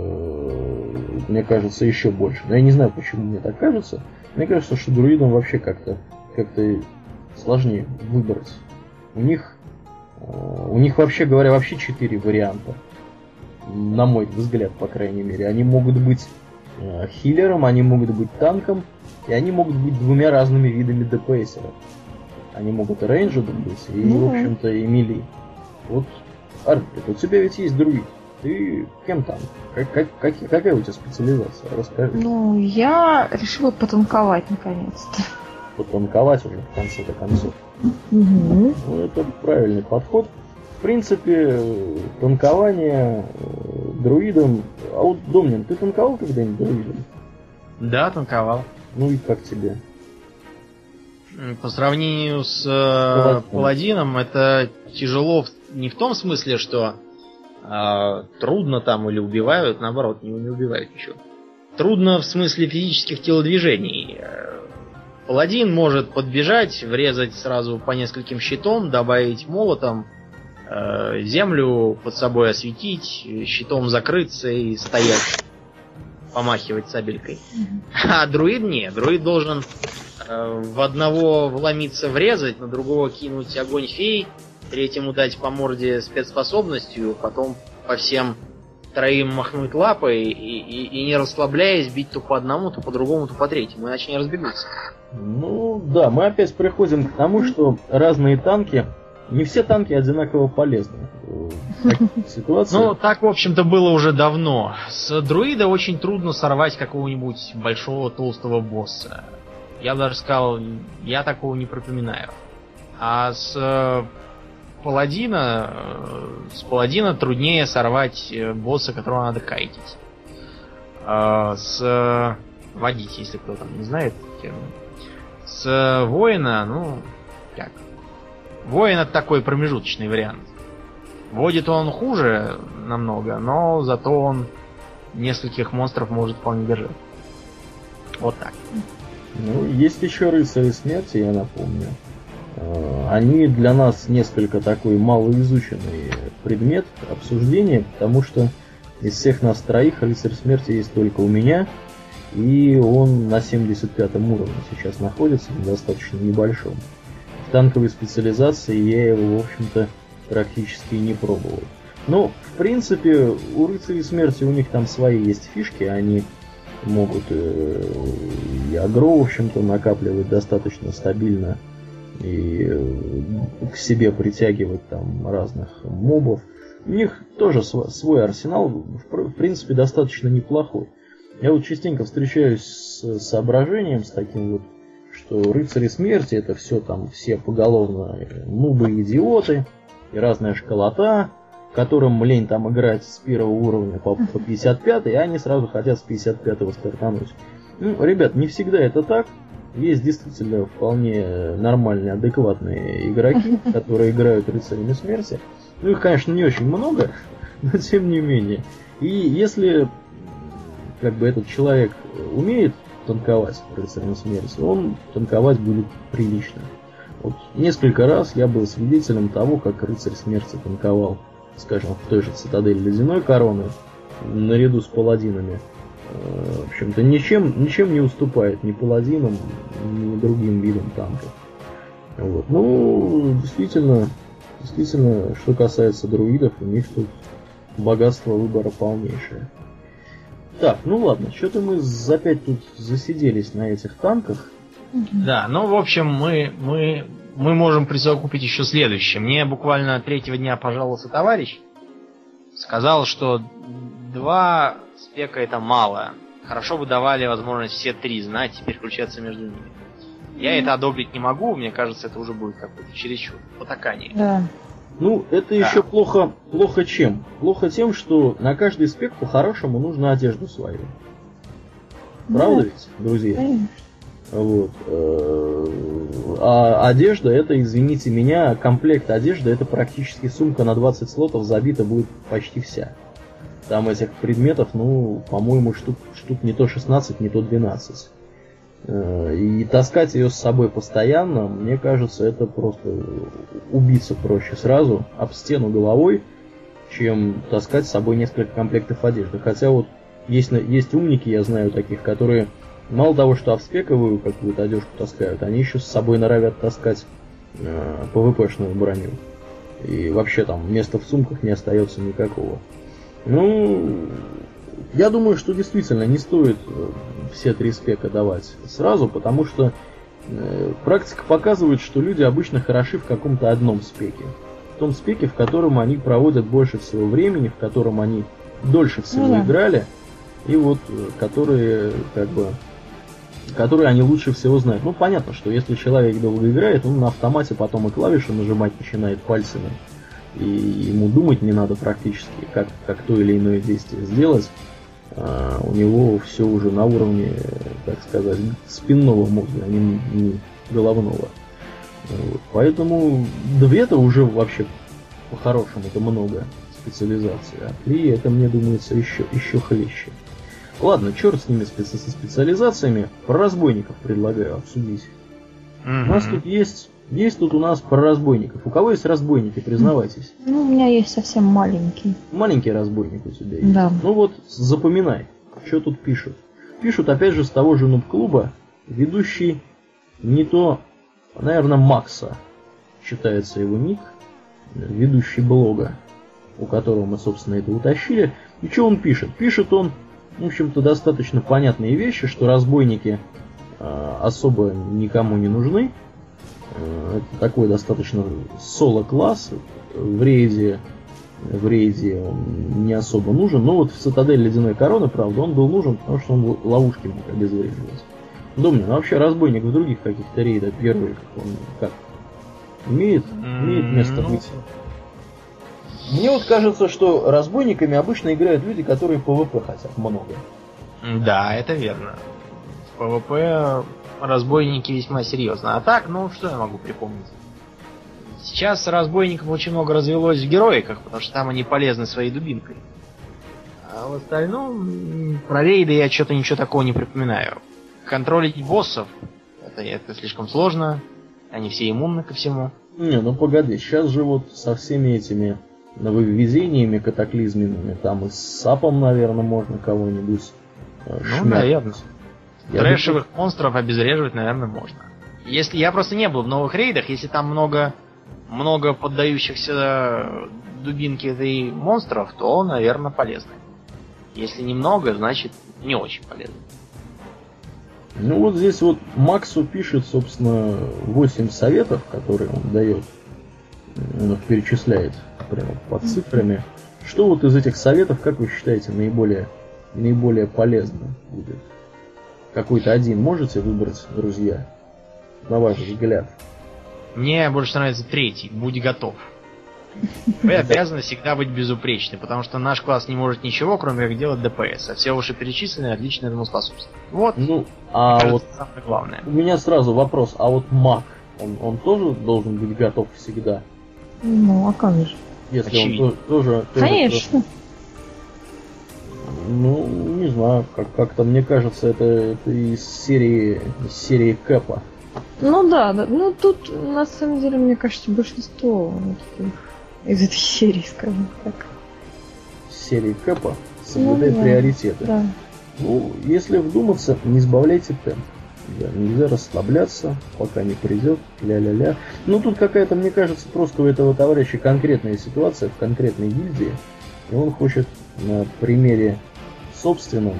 мне кажется, еще больше. Но я не знаю, почему мне так кажется. Мне кажется, что друидам вообще как-то сложнее выбрать. У них, вообще говоря, вообще 4 варианта. На мой взгляд, по крайней мере. Они могут быть хиллером, они могут быть танком, и они могут быть 2 разными видами ДПСеров. Они могут и рейнджером быть, и, в общем-то, и мили. Вот, Арбит, у тебя ведь есть друид. Ты кем там? Какая у тебя специализация? Расскажи. Ну, я решила потанковать наконец-то. Потанковать уже в конце-то концов. Угу. Ну, это правильный подход. В принципе, танкование друидом... А вот, Домнин, ты танковал когда-нибудь друидом? Да, танковал. Ну и как тебе? По сравнению с паладином, это тяжело не в том смысле, что трудно там или убивают, наоборот, не убивают ничего. Трудно в смысле физических телодвижений. Паладин может подбежать, врезать сразу по нескольким щитам, добавить молотом, землю под собой осветить, щитом закрыться и стоять, помахивать сабелькой. А друид нет. Друид должен в одного вломиться, врезать, на другого кинуть огонь фей, третьему дать по морде спецспособностью, потом по всем троим махнуть лапой и не расслабляясь бить то по одному, то по другому, то по третьему, иначе не разбегутся. Ну да, мы опять приходим к тому, что разные танки, не все танки одинаково полезны в таких ситуациях. Ну, так, в общем-то, было уже давно. С друида очень трудно сорвать какого-нибудь большого толстого босса. Я бы даже сказал, я такого не припоминаю. А с паладина труднее сорвать босса, которого надо кайтить. Водить, если кто там не знает термин. С воина, ну, как? Воин — это такой промежуточный вариант. Водит он хуже намного, но зато он нескольких монстров может вполне держать. Вот так. Ну, есть еще рыцари смерти, я напомню. Они для нас несколько такой малоизученный предмет обсуждения, потому что из всех нас троих рыцарь смерти есть только у меня, и он на 75-м уровне сейчас находится, достаточно небольшом. В танковой специализации я его, в общем-то, практически не пробовал. Но, в принципе, у рыцарей смерти у них там свои есть фишки, они могут и агро, в общем-то, накапливать достаточно стабильно, и к себе притягивать там разных мобов. У них тоже свой арсенал, в принципе, достаточно неплохой. Я вот частенько встречаюсь с соображением, с таким вот, что рыцари смерти — это все там, все поголовно нубы и идиоты, и разная школота, которым лень там играть с первого уровня по 55-й, а они сразу хотят с 55-го стартануть. Ну, ребят, не всегда это так. Есть действительно вполне нормальные, адекватные игроки, которые играют рыцарями смерти. Ну, их, конечно, не очень много, но тем не менее. И если как бы этот человек умеет танковать рыцарем смерти, он танковать будет прилично. Вот несколько раз я был свидетелем того, как рыцарь смерти танковал, скажем, в той же цитадели Ледяной Короны, наряду с паладинами. В общем-то, ничем не уступает ни паладинам, ни другим видам танков. Вот. Ну, действительно, что касается друидов, у них тут богатство выбора полнейшее. Так, ну ладно, что-то мы опять тут засиделись на этих танках. Да, ну, в общем, мы можем присовокупить еще следующее. Мне буквально 3-го дня пожаловался товарищ, сказал, что 2 спека это мало. Хорошо бы давали возможность все 3 знать и переключаться между ними. Я это одобрить не могу, мне кажется, это уже будет какое-то чересчур потакание. Да. Ну, это еще плохо чем? Плохо тем, что на каждый спек по-хорошему нужно одежду свою. Правда ведь, друзья? Конечно. Вот. А одежда, это, извините меня, комплект одежды, это практически сумка на 20 слотов забита будет почти вся. Там этих предметов, ну, по-моему, штук не то 16, не то 12. И таскать ее с собой постоянно, мне кажется, это просто убиться проще сразу об стену головой, чем таскать с собой несколько комплектов одежды. Хотя вот есть умники, я знаю таких, которые мало того, что обспековую какую-то одежду таскают, они еще с собой норовят таскать ПВПшную броню. И вообще там места в сумках не остается никакого. Ну, я думаю, что действительно не стоит все 3 спека давать сразу, потому что практика показывает, что люди обычно хороши в каком-то одном спеке. В том спеке, в котором они проводят больше всего времени, в котором они дольше всего играли, и вот которые они лучше всего знают. Ну, понятно, что если человек долго играет, он на автомате потом и клавиши нажимать начинает пальцами. И ему думать не надо практически, как то или иное действие сделать. У него все уже на уровне, так сказать, спинного мозга, а не головного. Вот. Поэтому 2-то уже вообще по-хорошему это много специализации. А 3 это, мне думается, еще хлеще. Ладно, черт с ними со специализациями. Про разбойников предлагаю обсудить. У нас тут есть тут у нас про разбойников. У кого есть разбойники, признавайтесь? Ну, у меня есть совсем маленький. Маленький разбойник у тебя есть? Да. Ну вот, запоминай, что тут пишут. Пишут опять же с того же нуб-клуба, ведущий не то, наверное, Макса, читается его ник. ведущий блога, у которого мы, собственно, это утащили. И что он пишет? Пишет он, в общем-то, достаточно понятные вещи, что разбойники особо никому не нужны. Это такой достаточно соло-класс. В рейде он не особо нужен. Но вот в Цитадель Ледяной Короны, правда, он был нужен, потому что он ловушки мог обезвреживать. Думаю, ну вообще разбойник в других каких-то рейдах первый, как имеет место быть. Мне вот кажется, что разбойниками обычно играют люди, которые ПВП хотят много. Да, это верно. В ПВП разбойники весьма серьезно. А так, ну что я могу припомнить? Сейчас разбойников очень много развелось в героиках, потому что там они полезны своей дубинкой. А в остальном, про рейды я что-то ничего такого не припоминаю. Контролить боссов, это слишком сложно. Они все иммунны ко всему. Не, ну погоди, сейчас же вот со всеми этими нововведениями катаклизменными, там и с САПом, наверное, можно кого-нибудь шмякнуть. Наверное. Трэшевых монстров обезвреживать, наверное, можно. Если я просто не был в новых рейдах, если там много поддающихся дубинке этой монстров, то, наверное, полезно. Если немного, значит, не очень полезно. Ну вот здесь вот Максу пишет, собственно, 8 советов, которые он дает. Он их перечисляет прямо под цифрами. Что вот из этих советов, как вы считаете, наиболее полезно будет? Какой-то один можете выбрать, друзья? На ваш взгляд. Мне больше нравится третий. Будь готов. Вы обязаны всегда быть безупречны, потому что наш класс не может ничего, кроме как делать ДПС, а все вышеперечисленные отлично этому способствуют. Вот, ну, а кажется, вот самое главное. У меня сразу вопрос, а вот маг, он тоже должен быть готов всегда? Ну, а как же? Если очевидно. Он тоже конечно. Ну, не знаю, как-то мне кажется, это из серии Кэпа. Ну да. Ну тут, на самом деле, мне кажется, большинство из этой серии, скажем так. Серии Кэпа соблюдай приоритеты. Да. Ну, если вдуматься, не сбавляйте темп. Да, нельзя расслабляться, пока не придет, ля-ля-ля. Ну, тут какая-то, мне кажется, просто у этого товарища конкретная ситуация в конкретной гильдии. И он хочет на примере собственном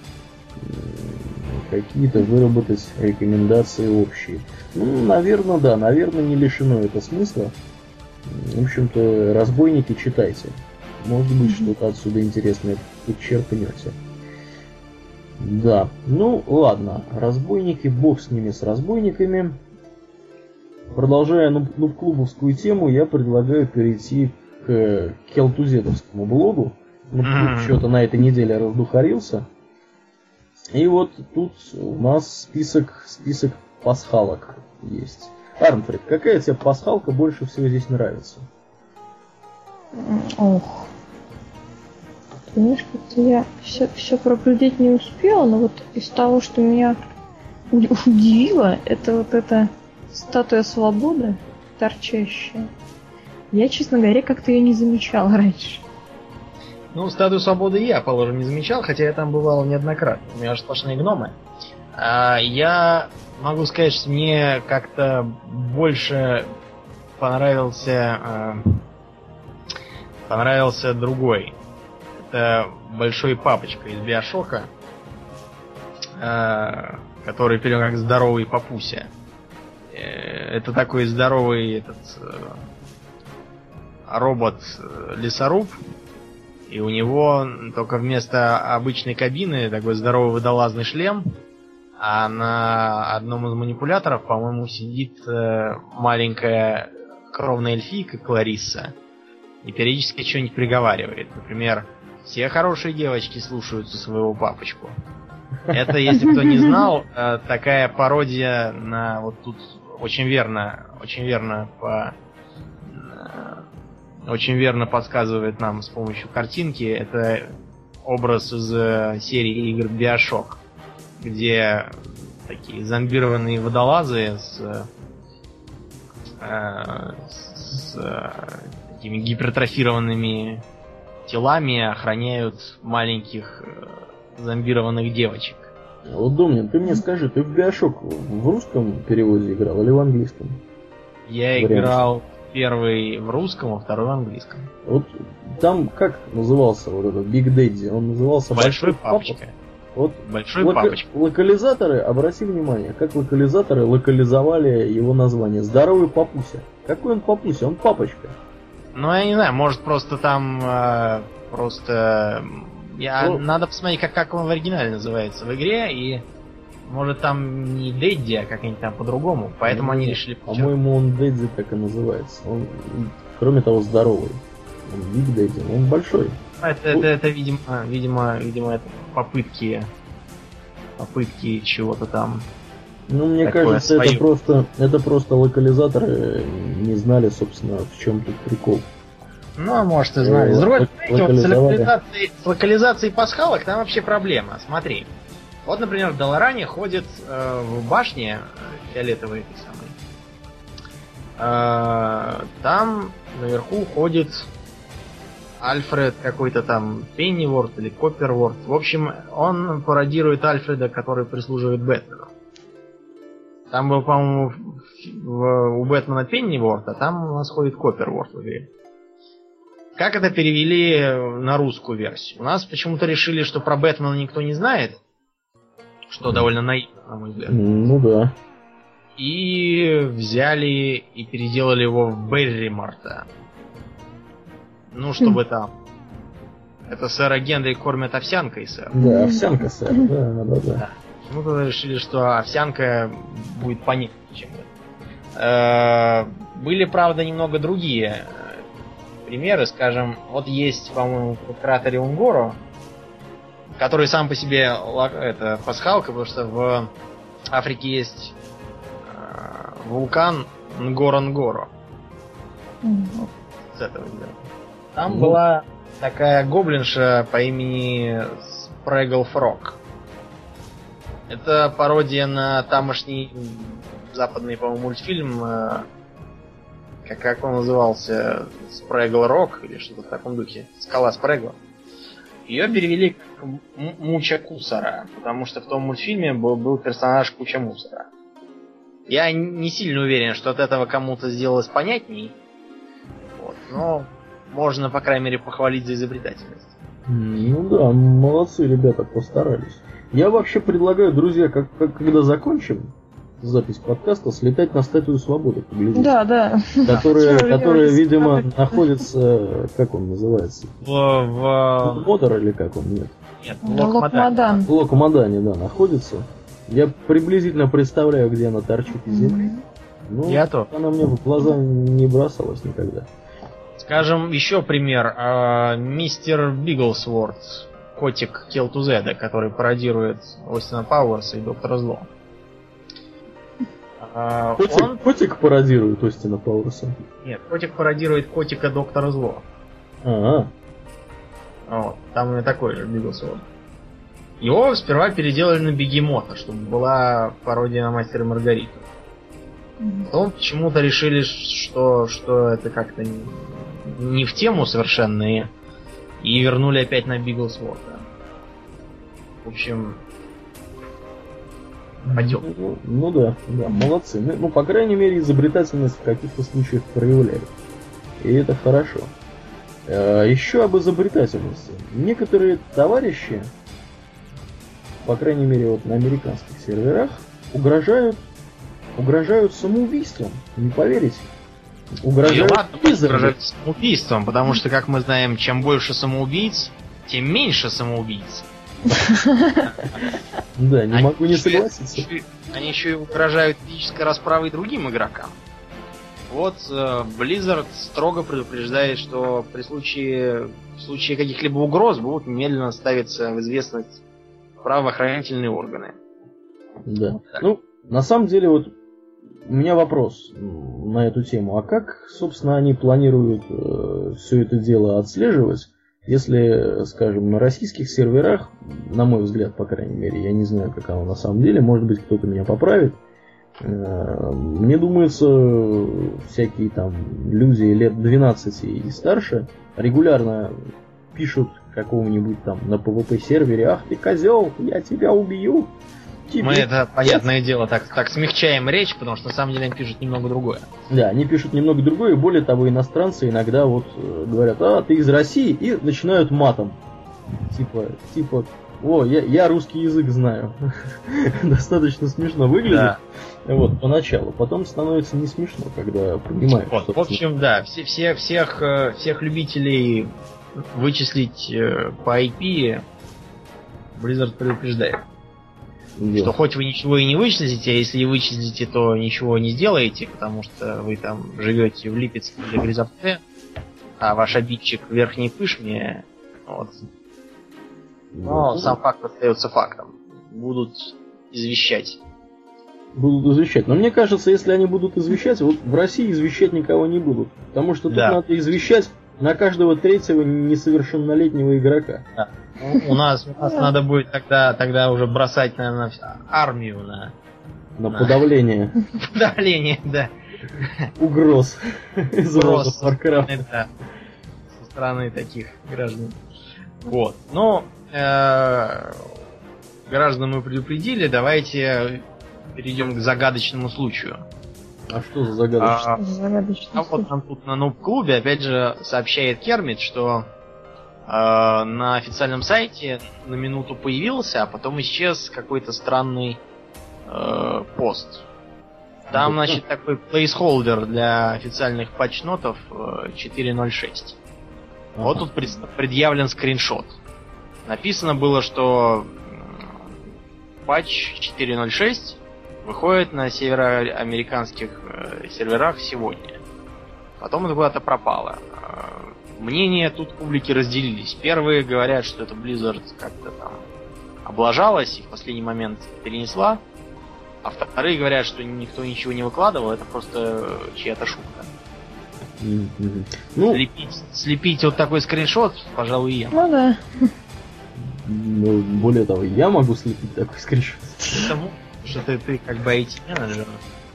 какие-то выработать рекомендации общие. Ну, наверное, да, наверное, не лишено это смысла. В общем-то, разбойники читайте. Может быть, что-то отсюда интересное подчеркнете. Да, ну ладно, разбойники, бог с ними, с разбойниками. Продолжая нуб-клубовскую тему, я предлагаю перейти к келтузедовскому блогу. Нуб-клуб что-то на этой неделе раздухарился. И вот тут у нас список пасхалок есть. Арнфред, какая тебе пасхалка больше всего здесь нравится? Ох. Знаешь, как-то я все проглядеть не успела, но вот из того, что меня удивило, это вот эта статуя свободы, торчащая. Я, честно говоря, как-то ее не замечала раньше. Ну, статую свободы я, положим, не замечал, хотя я там бывал неоднократно. У меня же сплошные гномы. Я могу сказать, что мне как-то больше понравился другой. Это большой папочка из Биошока, который пилен как здоровый папуся. Это такой здоровый робот-лесоруб, и у него только вместо обычной кабины такой здоровый водолазный шлем, а на одном из манипуляторов, по-моему, сидит маленькая кровная эльфийка Кларисса и периодически что-нибудь приговаривает. Например, все хорошие девочки слушаются своего папочку. Это, если кто не знал, такая пародия на вот тут очень верно подсказывает нам с помощью картинки. Это образ из серии игр Bioshock, где такие зомбированные водолазы с такими гипертрофированными телами охраняют маленьких зомбированных девочек. Вот, Домнин, ты мне скажи, ты в Bioshock в русском переводе играл или в английском? Я играл в первый в русском, а второй в английском. Вот там как назывался вот этот Big Daddy? Он назывался Большой папочка. Вот Большой папочка. Локализаторы, обрати внимание, как локализаторы локализовали его название. Здоровый папуся. Какой он папуся? Он папочка. Ну, я не знаю, может просто там надо посмотреть, как он в оригинале называется в игре, и может там не Дэдди, а как-нибудь там по-другому. Поэтому они решили... По-моему, он Дэдди так и называется. Он, кроме того, здоровый. Он Big Daddy, он большой. Это видимо, это попытки чего-то там. Ну, мне кажется, это просто локализаторы не знали, собственно, в чем тут прикол. Ну, а может и знали. С другой стороны, с локализацией пасхалок там вообще проблема. Смотри. Вот, например, в Даларане ходит в башне фиолетовой этой самой. Там наверху ходит Альфред какой-то там Пенниворт или Копперворт. В общем, он пародирует Альфреда, который прислуживает Бэтмену. Там был, по-моему, у Бэтмена Пенниворт, а там у нас ходит Копперворт в игре. Как это перевели на русскую версию? У нас почему-то решили, что про Бэтмена никто не знает. Что довольно наивно, на мой взгляд. Ну да. И взяли и переделали его в Берриморта. Ну, чтобы там... Это сэра Генри кормят овсянкой, сэр. Да, овсянка, сэр. Да. Почему-то решили, что овсянка будет понятнее, чем это. Были, правда, немного другие примеры. Скажем, вот есть, по-моему, в кратере Унгоро, который сам по себе это пасхалка, потому что в Африке есть вулкан Нгоро-Нгоро. С этого дела. Там была такая гоблинша по имени Спрэгл Фрог. Это пародия на тамошний западный, по-моему, мультфильм, как он назывался, Спрэгл Рок или что-то в таком духе. Скала Спрэгла. Ее перевели как Муча Кусара, потому что в том мультфильме был персонаж Куча Мусора. Я не сильно уверен, что от этого кому-то сделалось понятней. Вот, но можно, по крайней мере, похвалить за изобретательность. Ну да, молодцы ребята, постарались. Я вообще предлагаю, друзья, когда закончим запись подкаста, слетать на Статую Свободы, поглядеть. Да. Которая, видимо, находится, как он называется? В Мотор или как он? Нет. В Локомадане, да, находится. Я приблизительно представляю, где она торчит из земли. Ну, она мне в глаза не бросалась никогда. Скажем, еще пример. Мистер Биглсворт, котик Келтузеда, который пародирует Остина Пауэрса и Доктора Зло. Котик пародирует Остина Пауэрса? Нет, котик пародирует котика Доктора Зло. Вот, там и такой же Биглсворт. Его сперва переделали на Бегемота, чтобы была пародия на Мастера и Маргариту. Потом почему-то решили, что это как-то не в тему совершенно, и вернули опять на Биглсворта. В общем, потек. Ну да, молодцы. Ну, по крайней мере, изобретательность в каких-то случаях проявляли. И это хорошо. Еще об изобретательности. Некоторые товарищи, по крайней мере, вот на американских серверах, угрожают самоубийством. Не поверите? Угрожают самоубийством, потому что, как мы знаем, чем больше самоубийц, тем меньше самоубийц. Да, не могу не согласиться. Они еще и угрожают физической расправой другим игрокам. Вот Blizzard строго предупреждает, что в случае каких-либо угроз будут немедленно ставиться в известность правоохранительные органы. Да. Ну, на самом деле, вот у меня вопрос на эту тему. А как, собственно, они планируют все это дело отслеживать, если, скажем, на российских серверах, на мой взгляд, по крайней мере, я не знаю, как оно на самом деле, может быть, кто-то меня поправит, мне думается, всякие там люди лет 12 и старше регулярно пишут какому-нибудь там на PvP сервере: «Ах ты козел, я тебя убью!» Мы это, понятное дело, так смягчаем речь, потому что на самом деле они пишут немного другое. Да, они пишут немного другое, и более того, иностранцы иногда вот говорят, ты из России, и начинают матом. Типа, я русский язык знаю. Достаточно смешно выглядит. Да. Вот, поначалу. Потом становится не смешно, когда понимаешь. Вот, в общем, да, всех любителей вычислить по IP Blizzard предупреждает. Да. Что хоть вы ничего и не вычислите, а если и вычислите, то ничего не сделаете, потому что вы там живете в Липецке или Грязовце, а ваш обидчик в Верхней Пышме, вот. Но сам факт остается фактом. Будут извещать. Но мне кажется, если они будут извещать, вот в России извещать никого не будут. Потому что тут надо извещать на каждого третьего несовершеннолетнего игрока. Да. У нас надо будет тогда уже бросать, наверное, армию на подавление. Подавление, да. Угроз. Угроз со стороны таких граждан. Вот. Но граждан мы предупредили, давайте перейдем к загадочному случаю. А что за загадочный? Вот нам тут на Нуб-клубе опять же сообщает Кермит, что на официальном сайте на минуту появился, а потом исчез какой-то странный пост. Там, значит, такой плейсхолдер для официальных патчнотов 4.0.6. Вот тут предъявлен скриншот. Написано было, что патч 4.0.6 выходит на североамериканских серверах сегодня. Потом это куда-то пропало. Мнения тут публики разделились. Первые говорят, что это Blizzard как-то там облажалась и в последний момент перенесла. А вторые говорят, что никто ничего не выкладывал, это просто чья-то шутка. Ну, слепить вот такой скриншот, пожалуй, я. Ну да. Ну, более того, я могу слепить такой скриншот. Потому что ты как бы IT-менеджер.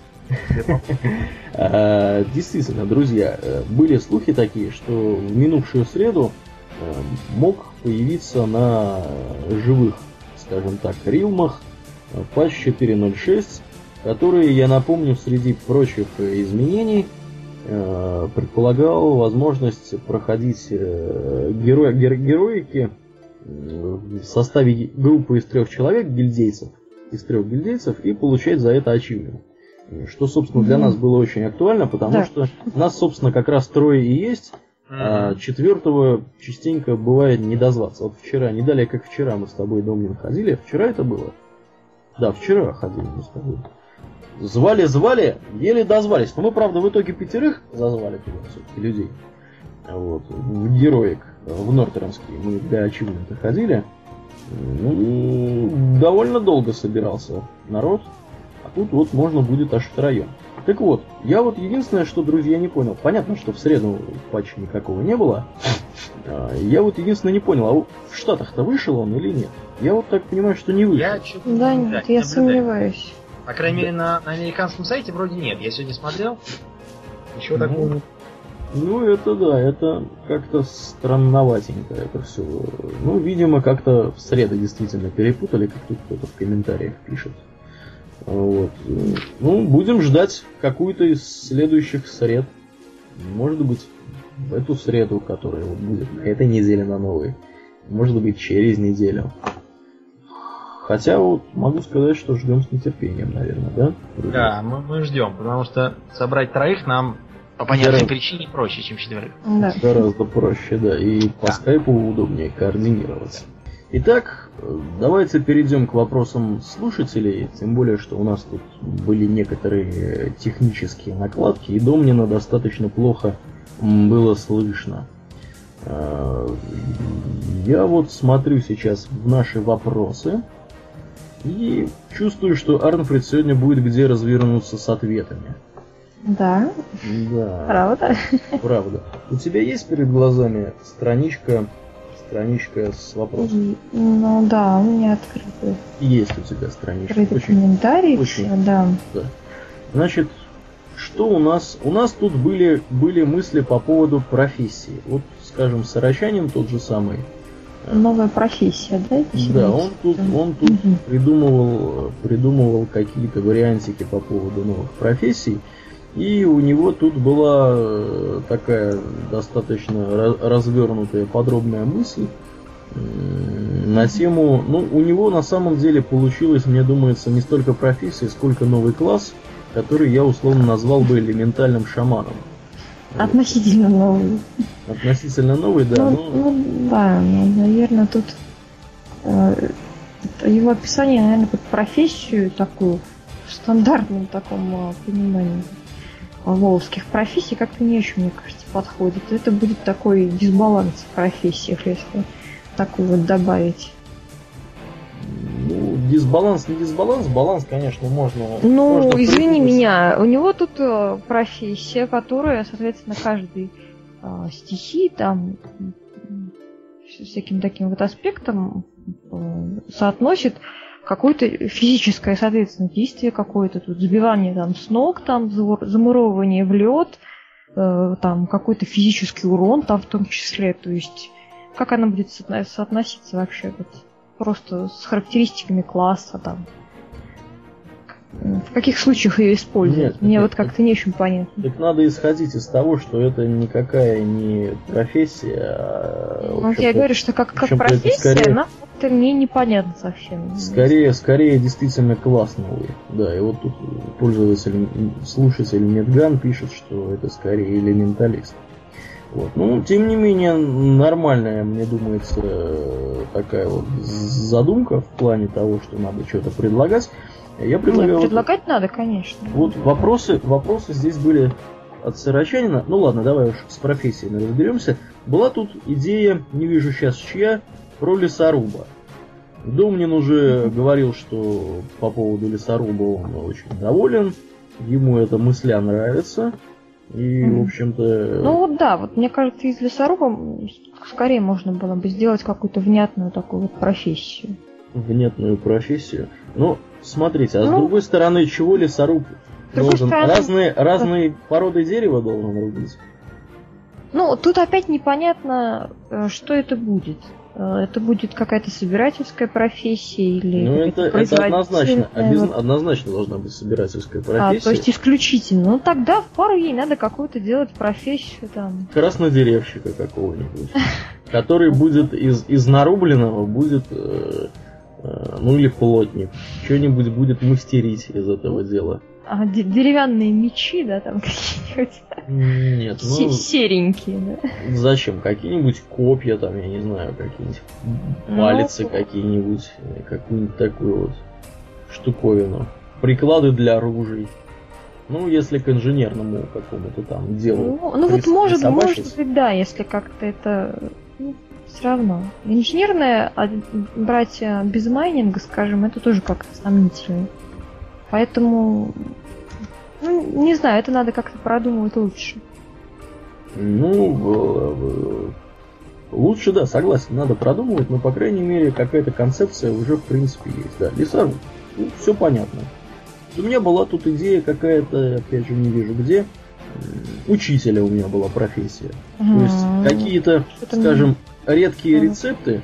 Действительно, друзья, были слухи такие, что в минувшую среду мог появиться на живых, скажем так, рилмах патч 4.0.6, который, я напомню, среди прочих изменений предполагал возможность проходить героики в составе группы из 3 человек, гильдейцев, и получать за это ачивмент. Что, собственно, для нас было очень актуально, потому что нас, собственно, как раз 3 и есть, а 4-го частенько бывает не дозваться. Вот вчера, не далее как вчера мы с тобой, Домнин, ходили. Вчера это было? Да, вчера ходили мы с тобой. Звали, еле дозвались. Но мы, правда, в итоге 5 зазвали туда все-таки людей. Вот, в героик, в Нортернский. Мы для ачивмента ходили. Ну, довольно долго собирался народ. А тут вот можно будет аж 3. Так вот, я вот единственное, что, друзья, не понял. Понятно, что в среду патча никакого не было. Я вот единственное не понял, а в Штатах-то вышел он или нет? Я вот так понимаю, что не вышел. Да нет, я сомневаюсь. По крайней мере, на американском сайте вроде нет. Я сегодня смотрел. Ничего такого нет. Ну, это да, это как-то странноватенько это все. Ну, видимо, как-то в среду действительно перепутали, как тут кто-то в комментариях пишет. Вот. Ну, будем ждать какую-то из следующих сред. Может быть, в эту среду, которая вот будет этой неделе на новой. Может быть, через неделю. Хотя вот могу сказать, что ждем с нетерпением, наверное, да? Да, мы ждем, потому что собрать 3 нам по понятной причине проще, чем 4. Да. Гораздо проще, да. И по скайпу удобнее координироваться. Итак, давайте перейдем к вопросам слушателей, тем более, что у нас тут были некоторые технические накладки, и Домнина достаточно плохо было слышно. Я вот смотрю сейчас в наши вопросы и чувствую, что Арнфрид сегодня будет где развернуться с ответами. Да? Да. Правда? Правда. У тебя есть перед глазами страничка с вопросом? Ну да, у меня открыты. Есть у тебя страничка. Открытый комментарий, все, да. Значит, что у нас? У нас тут были мысли по поводу профессии. Вот, скажем, сорочанин тот же самый Новая профессия, да? Да, он тут придумывал какие-то вариантики по поводу новых профессий. И у него тут была такая достаточно развернутая, подробная мысль на тему, ну, у него на самом деле получилось, мне думается, не столько профессия, сколько новый класс, который я условно назвал бы элементальным шаманом. Относительно новый. Относительно новый, да. Да, наверное, тут его описание, наверное, под профессию такую, в стандартном таком понимании волжских профессий как-то не очень, мне кажется, подходит. Это будет такой дисбаланс в профессиях, если такой вот добавить. Ну, дисбаланс, не дисбаланс, баланс, конечно, можно... Ну, можно извини меня, у него тут профессия, которая, соответственно, каждой стихии там с всяким таким вот аспектом соотносит какое-то физическое, соответственно, действие какое-то тут, сбивание там с ног, там, замуровывание в лед, там, какой-то физический урон там в том числе, то есть как она будет соотноситься вообще вот, просто с характеристиками класса там. В каких случаях ее используют? Мне вот как-то не очень понятно. Так надо исходить из того, что это никакая не профессия. Вот я говорю, что как профессия, скорее, она как-то мне непонятно совсем. Скорее действительно класс новый. Да, и вот тут слушатель Медган пишет, что это скорее элементалист. Вот. Ну, тем не менее, нормальная, мне думается, такая вот задумка в плане того, что надо что-то предлагать. Я предлагаю... Нет, предлагать надо, конечно. Вот вопросы здесь были от сорочанина. Ну ладно, давай уж с профессией разберемся. Была тут идея, не вижу сейчас чья, про лесоруба. Домнин уже говорил, что по поводу лесоруба он очень доволен. Ему эта мысля нравится. И, в общем-то... Ну вот да, вот мне кажется, из лесоруба скорее можно было бы сделать какую-то внятную такую вот профессию. Внятную профессию. Ну, смотрите, с другой стороны, чего лесоруб должен? Разные породы дерева должен рубить? Ну, тут опять непонятно, что это будет. Это будет какая-то собирательская профессия или... Ну, это однозначно должна быть собирательская профессия. То есть исключительно. Ну, тогда в пару ей надо какую-то делать профессию там. Краснодеревщика какого-нибудь. Который будет из нарубленного, будет... Ну или плотник. Что-нибудь будет мастерить из этого дела. Деревянные мечи, да, там какие-нибудь. Нет, ну... Серенькие, да. Зачем? Какие-нибудь копья там, я не знаю, какие-нибудь палицы какие-нибудь, какую-нибудь такую вот штуковину. Приклады для оружий. Ну, если к инженерному какому-то там делу. Ну вот может быть, да, если как-то это... Все равно. Инженерное брать без майнинга, скажем, это тоже как-то сомнительно. Поэтому, ну, не знаю, это надо как-то продумывать лучше. Ну, лучше, да, согласен, надо продумывать, но, по крайней мере, какая-то концепция уже, в принципе, есть. Да, лесоруб, ну, все понятно. У меня была тут идея какая-то, опять же, не вижу где, учителя у меня была профессия. То есть какие-то, скажем, редкие рецепты,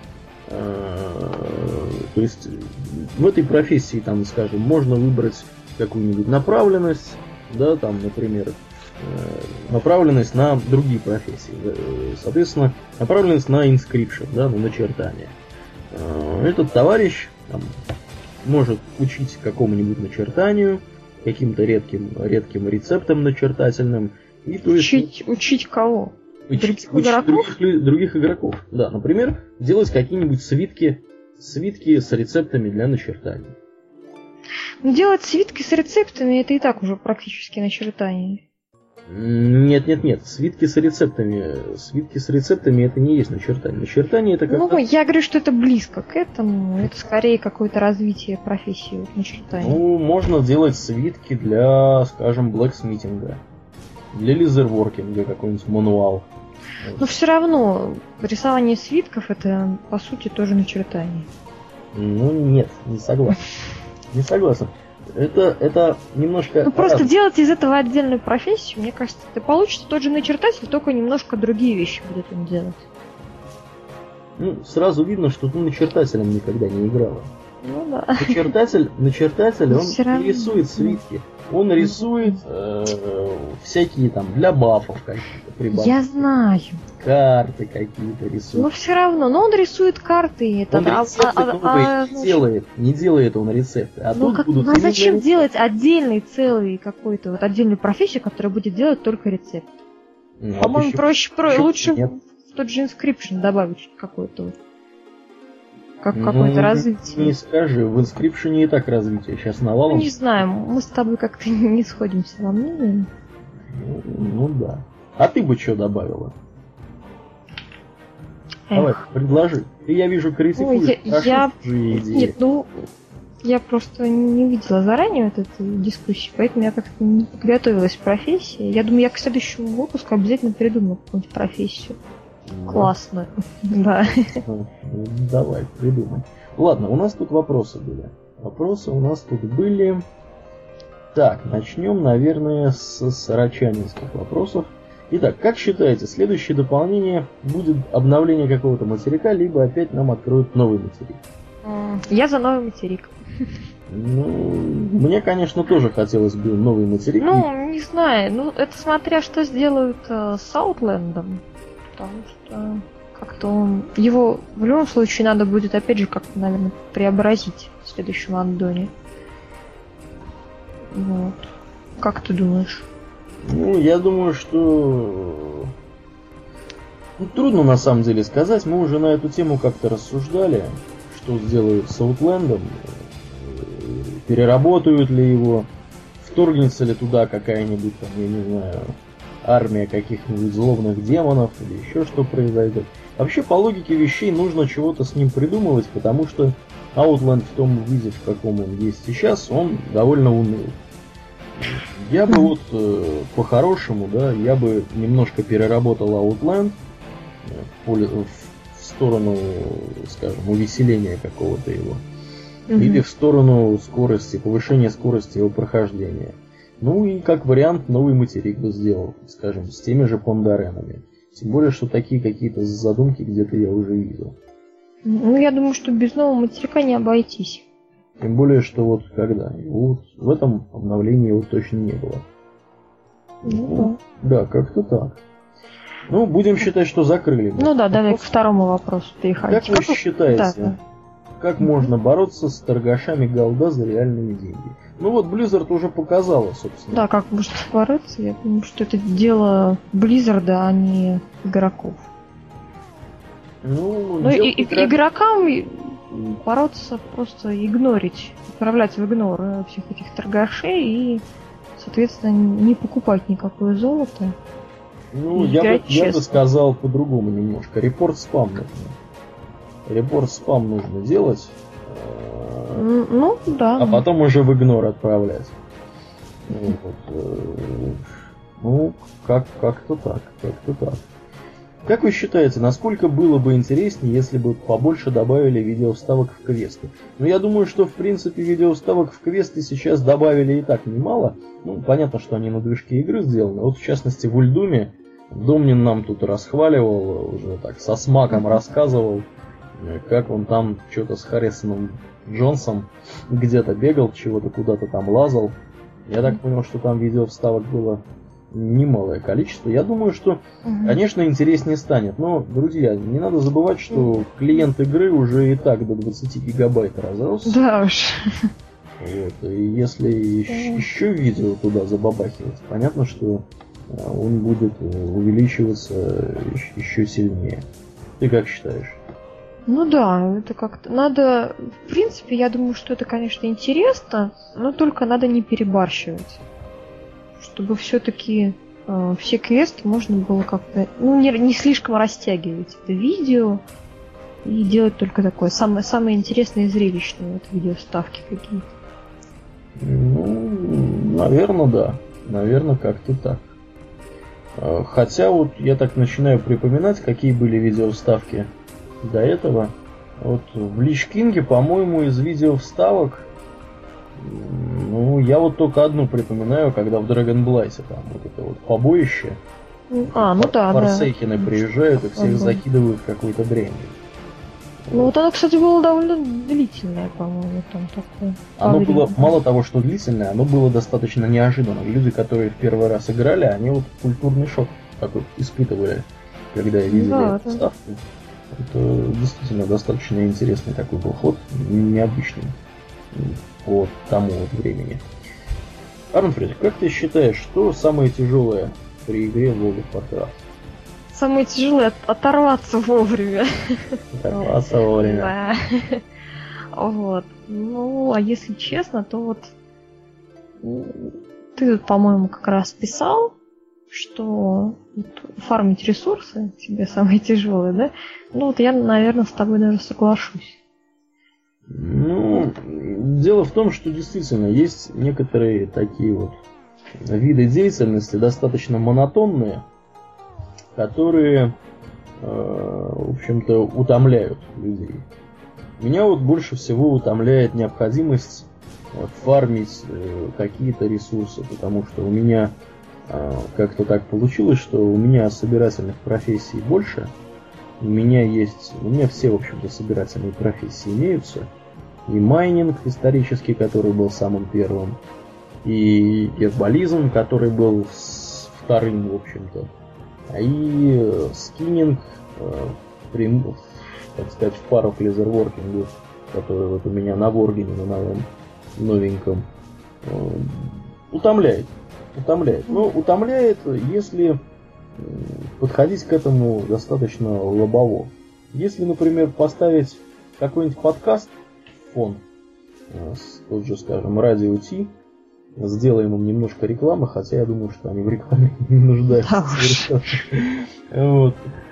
то есть в этой профессии, там, скажем, можно выбрать какую-нибудь направленность, да, там, например, направленность на другие профессии, соответственно, направленность на inscription, да, на начертание. Этот товарищ там, может учить какому-нибудь начертанию, каким-то редким рецептам начертательным. И, то есть, учить кого? Других игроков. Да, например, делать какие-нибудь свитки с рецептами для начертания. Делать свитки с рецептами — это и так уже практически начертание. Нет. Свитки с рецептами это не есть начертание. Начертание это как-то... Ну, я говорю, что это близко к этому. Это скорее какое-то развитие профессии начертания. Ну, можно делать свитки для, скажем, блэксмитинга. Для лизерворкинга какой-нибудь мануал. Но все равно рисование свитков — это, по сути, тоже начертание. Ну, нет, не согласен. Не согласен. Это немножко... Ну, просто делать из этого отдельную профессию, мне кажется, это получится тот же начертатель, только немножко другие вещи будет он делать. Ну, сразу видно, что ты начертателем никогда не играла. Ну да. Начертатель, он не рисует свитки. Он рисует всякие там для бафов какие-то прибавки. Я знаю. Карты какие-то рисует. Но все равно, но он рисует карты. Это, Он рецепты не делает он рецепты. А ну, тут будут зачем рецепты. делать отдельный целый какой-то, вот отдельную профессию, которая будет делать только рецепт? Ну, По-моему, почему лучше нет? в тот же Inscription добавить какое-то вот. Ну, Какое-то развитие. Не скажи, в Inscription и так развитие сейчас Ну, навалом. не знаю, мы с тобой как-то не сходимся во мнении. Ну да. А ты бы что добавила? Давай, предложи. Ты, я вижу, критикуешь. Нет, ну, я просто не видела заранее вот этой дискуссии, поэтому я как-то не подготовилась к профессии. Я думаю, я к следующему выпуску обязательно придумаю какую-нибудь профессию. Да. Классно. Да. Давай, придумай. Ладно, у нас тут вопросы были. Вопросы у нас тут были. Так, начнем, наверное, с сорочанинских вопросов. Итак, как считаете, следующее дополнение будет обновление какого-то материка, либо опять нам откроют новый материк? Я за новый материк. Ну, мне, конечно, тоже хотелось бы новый материк. Ну, не знаю. Ну, это смотря что сделают с Аутлендом. Потому что как-то он... Его в любом случае надо будет, опять же, как-то, наверное, преобразить в следующем аддоне. Вот. Как ты думаешь? Ну, я думаю, что... Ну, трудно на самом деле сказать. Мы уже на эту тему как-то рассуждали, что сделают с Аутлендом, переработают ли его, вторгнется ли туда какая-нибудь, там, я не знаю, армия каких-нибудь злобных демонов или еще что произойдет. Вообще, по логике вещей, нужно чего-то с ним придумывать, потому что Outland в том виде, в каком он есть сейчас, он довольно унылый. Я бы вот по-хорошему, да, я бы немножко переработал Outland в сторону, скажем, увеселения какого-то его. Или в сторону скорости, повышения скорости его прохождения. Ну и как вариант новый материк бы сделал, скажем, с теми же Пондаренами. Тем более, что такие какие-то задумки где-то я уже видел. Ну, я думаю, что без нового материка не обойтись. Тем более, что вот когда? Вот в этом обновлении его точно не было. Ну, да, как-то так. Ну, будем считать, что закрыли. Ну да, давай к второму вопросу переходить. Как вы считаете, да. Как можно бороться с торгашами голда за реальные деньги? Ну вот Blizzard уже показала, собственно. Да, как можно бороться. Я думаю, что это дело Blizzard, а не игроков. Ну игрокам бороться, просто игнорить, отправлять в игнор всех этих торгашей и, соответственно, не покупать никакое золото. Ну, я бы сказал по-другому немножко. Репорт-спам нужно. Репорт-спам нужно делать. Ну, да. А потом уже в игнор отправлять. Ну, как-то так. Как вы считаете, насколько было бы интереснее, если бы побольше добавили видеовставок в квесты? Ну, я думаю, что, в принципе, видеовставок в квесты сейчас добавили и так немало. Ну, понятно, что они на движке игры сделаны. Вот, в частности, в Ульдуме Домнин нам тут расхваливал, уже так со смаком рассказывал, как он там что-то с Харрисоном Джонсом где-то бегал, чего-то куда-то там лазал. Я так понял, что там видеовставок было немалое количество. Я думаю, что, конечно, интереснее станет. Но, друзья, не надо забывать, что клиент игры уже и так до 20 гигабайт разрос. Да уж. Вот. И если еще видео туда забабахивать, понятно, что он будет увеличиваться еще сильнее. Ты как считаешь? Ну да, это как-то надо... В принципе, я думаю, что это, конечно, интересно, но только надо не перебарщивать. Чтобы все-таки все квесты можно было как-то... Ну, не слишком растягивать это видео и делать только такое самое интересное и зрелищное. Вот видеоставки какие-то. Ну, наверное, да. Наверное, как-то так. Хотя вот я так начинаю припоминать, какие были видеовставки до этого. Вот в Лич Кинге, по-моему, из видеовставок, ну, я вот только одну припоминаю, когда в Dragon Blight там вот это вот побоище. Ну да, Форсейхены приезжают и всех закидывают какой-то дрянью. Ну вот оно, кстати, было довольно длительное, по-моему, там такое. Оно было, мало того, что длительное, оно было достаточно неожиданным. Люди, которые в первый раз играли, они вот культурный шок такой испытывали, когда видели эту ставку. Это действительно достаточно интересный такой был ход, необычный по тому вот времени. Арнфрид, как ты считаешь, что самое тяжелое при игре в World of Warcraft? Самое тяжелое оторваться вовремя. Оторваться вовремя. Да. Вот. Ну, а если честно, то вот ты тут, по-моему, как раз писал, что фармить ресурсы тебе самое тяжелое, да? Ну вот я, наверное, с тобой даже соглашусь. Ну, дело в том, что действительно есть некоторые такие вот виды деятельности, достаточно монотонные, которые, в общем-то, утомляют людей. Меня вот больше всего утомляет необходимость фармить какие-то ресурсы, потому что у меня как-то так получилось, что у меня собирательных профессий больше. У меня все, в общем-то, собирательные профессии имеются. И майнинг исторический, который был самым первым, и гербализм, который был вторым, в общем-то. И скиннинг, так сказать, в пару к лезерворкингу, который вот у меня на Воргене, на новом, новеньком, утомляет. Но утомляет, если подходить к этому достаточно лобово. Если, например, поставить какой-нибудь подкаст в фон, тот же, скажем, Радио Ти, сделаем им немножко рекламы, хотя я думаю, что они в рекламе не нуждаются. Вот.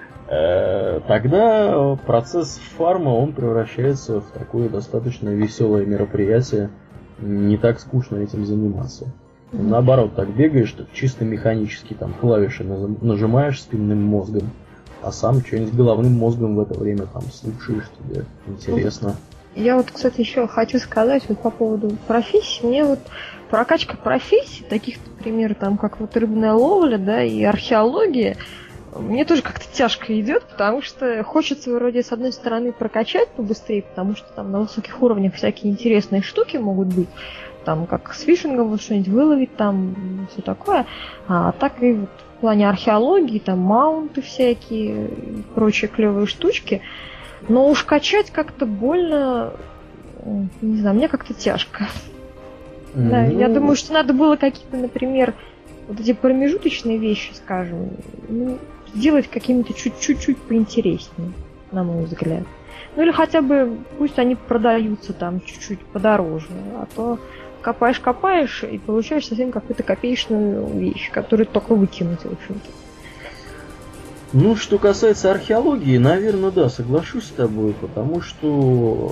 Тогда процесс фарма, он превращается в такое достаточно веселое мероприятие, не так скучно этим заниматься. Наоборот, так бегаешь, так чисто механически там клавиши нажимаешь спинным мозгом, а сам что-нибудь головным мозгом в это время там слушаешь, тебе интересно. Я вот, кстати, еще хочу сказать вот по поводу профессии. Мне вот прокачка профессий, таких, например, там, как вот рыбная ловля, да, и археология, мне тоже как-то тяжко идет, потому что хочется вроде с одной стороны прокачать побыстрее, потому что там на высоких уровнях всякие интересные штуки могут быть, там, как с фишингом вот что-нибудь выловить, там, все такое. А так и вот в плане археологии, там, маунты всякие, и прочие клевые штучки. Но уж качать как-то больно, не знаю, мне как-то тяжко. Да, я думаю, что надо было какие-то, например, вот эти промежуточные вещи, скажем, сделать какими-то чуть-чуть поинтереснее, на мой взгляд. Ну или хотя бы пусть они продаются там чуть-чуть подороже, а то копаешь и получаешь совсем какую-то копеечную вещь, которую только выкинуть, в общем-то. Ну, что касается археологии, наверное, да, соглашусь с тобой, потому что,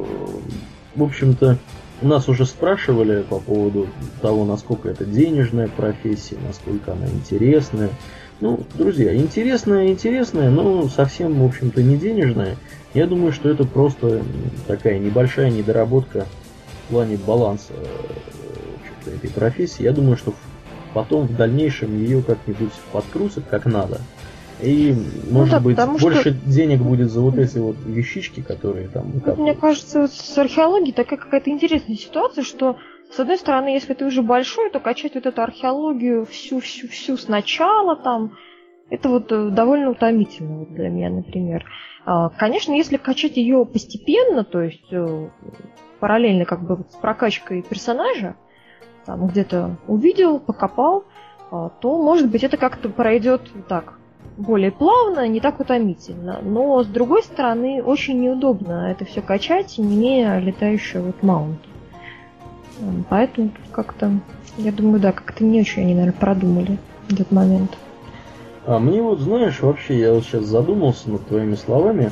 в общем-то, нас уже спрашивали по поводу того, насколько это денежная профессия, насколько она интересная. Ну, друзья, интересная, но совсем, в общем-то, не денежная. Я думаю, что это просто такая небольшая недоработка в плане баланса этой профессии. Я думаю, что потом в дальнейшем ее как-нибудь подкрутят как надо. И, может быть, больше денег будет за вот эти вот вещички, которые там... Мне кажется, вот с археологией такая какая-то интересная ситуация, что, с одной стороны, если ты уже большой, то качать вот эту археологию всю сначала там, это вот довольно утомительно вот для меня, например. Конечно, если качать ее постепенно, то есть параллельно как бы с прокачкой персонажа, там где-то увидел, покопал, то, может быть, это как-то пройдет так, более плавно, не так утомительно. Но, с другой стороны, очень неудобно это все качать, не имея летающего вот маунта. Поэтому тут как-то, я думаю, да, как-то не очень они, наверное, продумали этот момент. А мне вот, знаешь, вообще, я вот сейчас задумался над твоими словами.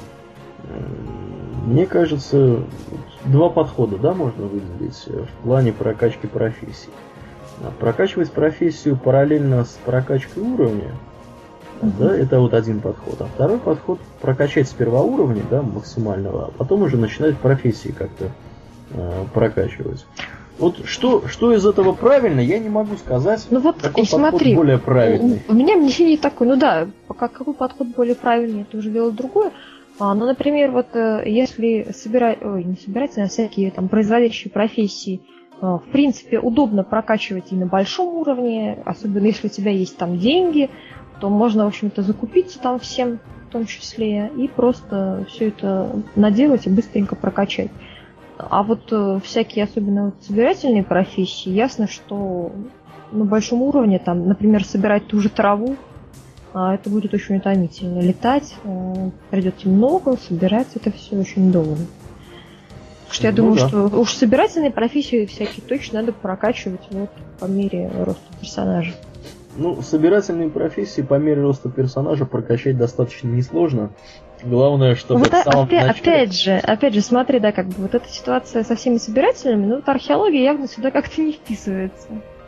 Мне кажется, два подхода, да, можно выделить в плане прокачки профессий. Прокачивать профессию параллельно с прокачкой уровня, да, это вот один подход. А второй подход — прокачать сперва уровня, да, максимального, а потом уже начинать профессии как-то прокачивать. Вот что из этого правильно, я не могу сказать. Ну вот, какой смотри, подход более правильный. У меня мнение такое, ну да, какой подход более правильный, это уже дело другое. Ну, например, вот если не собирать, а всякие там производящие профессии, в принципе, удобно прокачивать и на большом уровне, особенно если у тебя есть там деньги, то можно, в общем-то, закупиться там всем, в том числе, и просто все это наделать и быстренько прокачать. А вот всякие, особенно вот собирательные профессии, ясно, что на большом уровне, там, например, собирать ту же траву, это будет очень утомительно. Летать придется много, собирать это все очень долго. Так что я думаю, что уж собирательные профессии всякие точно надо прокачивать вот по мере роста персонажа. Ну, собирательные профессии по мере роста персонажа прокачать достаточно несложно. Главное, чтобы вот в самом начале... Опять же, смотри, да, как бы вот эта ситуация со всеми собирателями, ну вот археология явно сюда как-то не вписывается.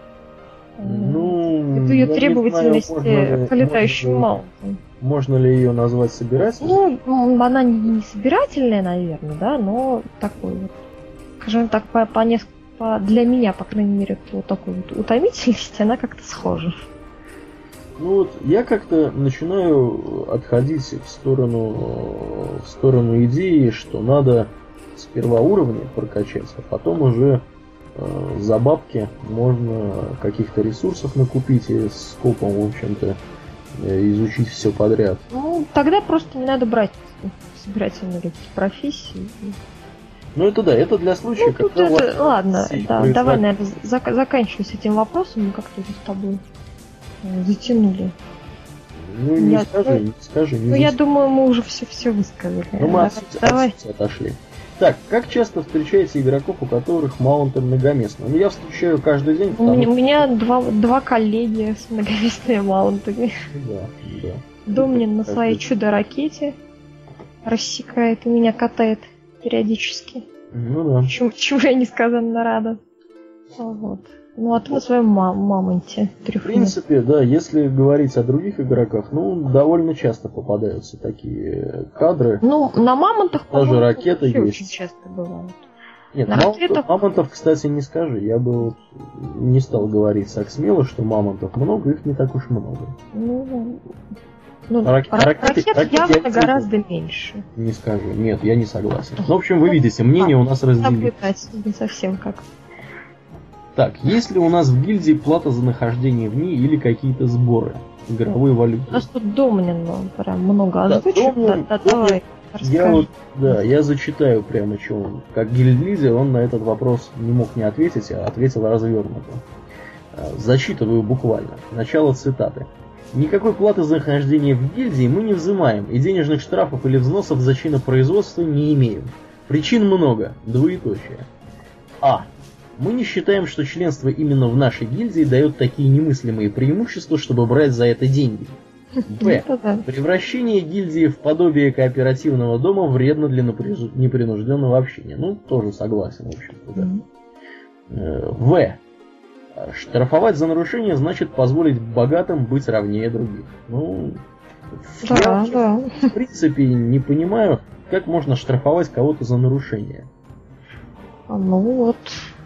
Ну, это ее требовательность к летающему маунту. Можно ли ее назвать собирательной? Ну, она не собирательная, наверное, да, но такой вот, скажем так, для меня, по крайней мере, по такой вот утомительности, она как-то схожа. Ну вот, я как-то начинаю отходить в сторону идеи, что надо сперва уровни прокачать, а потом уже за бабки можно каких-то ресурсов накупить и с скопом, в общем-то, изучить все подряд. Ну, тогда просто не надо брать собирательные какие-то профессии. Ну это да, это для случая, ну, когда... Ладно, да, давай, наверное, заканчивай с этим вопросом, мы как-то с тобой затянули. Ну не скажи. Ну я думаю, мы уже все высказали. Ну мы от сути отошли. Так, как часто встречаете игроков, у которых маунты многоместные? Ну я встречаю каждый день. У меня два коллеги с многоместными маунтами. Да. Домнин на своей чудо-ракете рассекает и меня катает периодически. Ну да. Чему я несказанно рада. Вот. Ну, а ты на своем мамонте трюхнешь. В принципе, да, если говорить о других игроках, ну, довольно часто попадаются такие кадры. Ну, на мамонтах, даже ракеты есть. Очень часто бывают. Нет, мамонтов, кстати, не скажи. Я бы вот не стал говорить так смело, что мамонтов много, их не так уж много. Ракет явно гораздо меньше. Не скажу. Нет, я не согласен. Ну, в общем, вы видите, мнение у нас разделилось. Не совсем как. Так, есть ли у нас в гильдии плата за нахождение в ней или какие-то сборы? Игровой валюты? У нас тут Домнин прям много озвучил. Давай, расскажи. Я зачитаю прямо, что он. Как гильд-лидер, он на этот вопрос не мог не ответить, а ответил развернуто. Зачитываю буквально. Начало цитаты. Никакой платы за нахождение в гильдии мы не взимаем, и денежных штрафов или взносов за чинопроизводство не имеем. Причин много. Двоеточие. А. Мы не считаем, что членство именно в нашей гильдии дает такие немыслимые преимущества, чтобы брать за это деньги. Б. Превращение гильдии в подобие кооперативного дома вредно для непринужденного общения. Ну, тоже согласен, в общем-то, да. В. Штрафовать за нарушение значит позволить богатым быть равнее других. Ну, я в принципе не понимаю, как можно штрафовать кого-то за нарушение. Ну вот...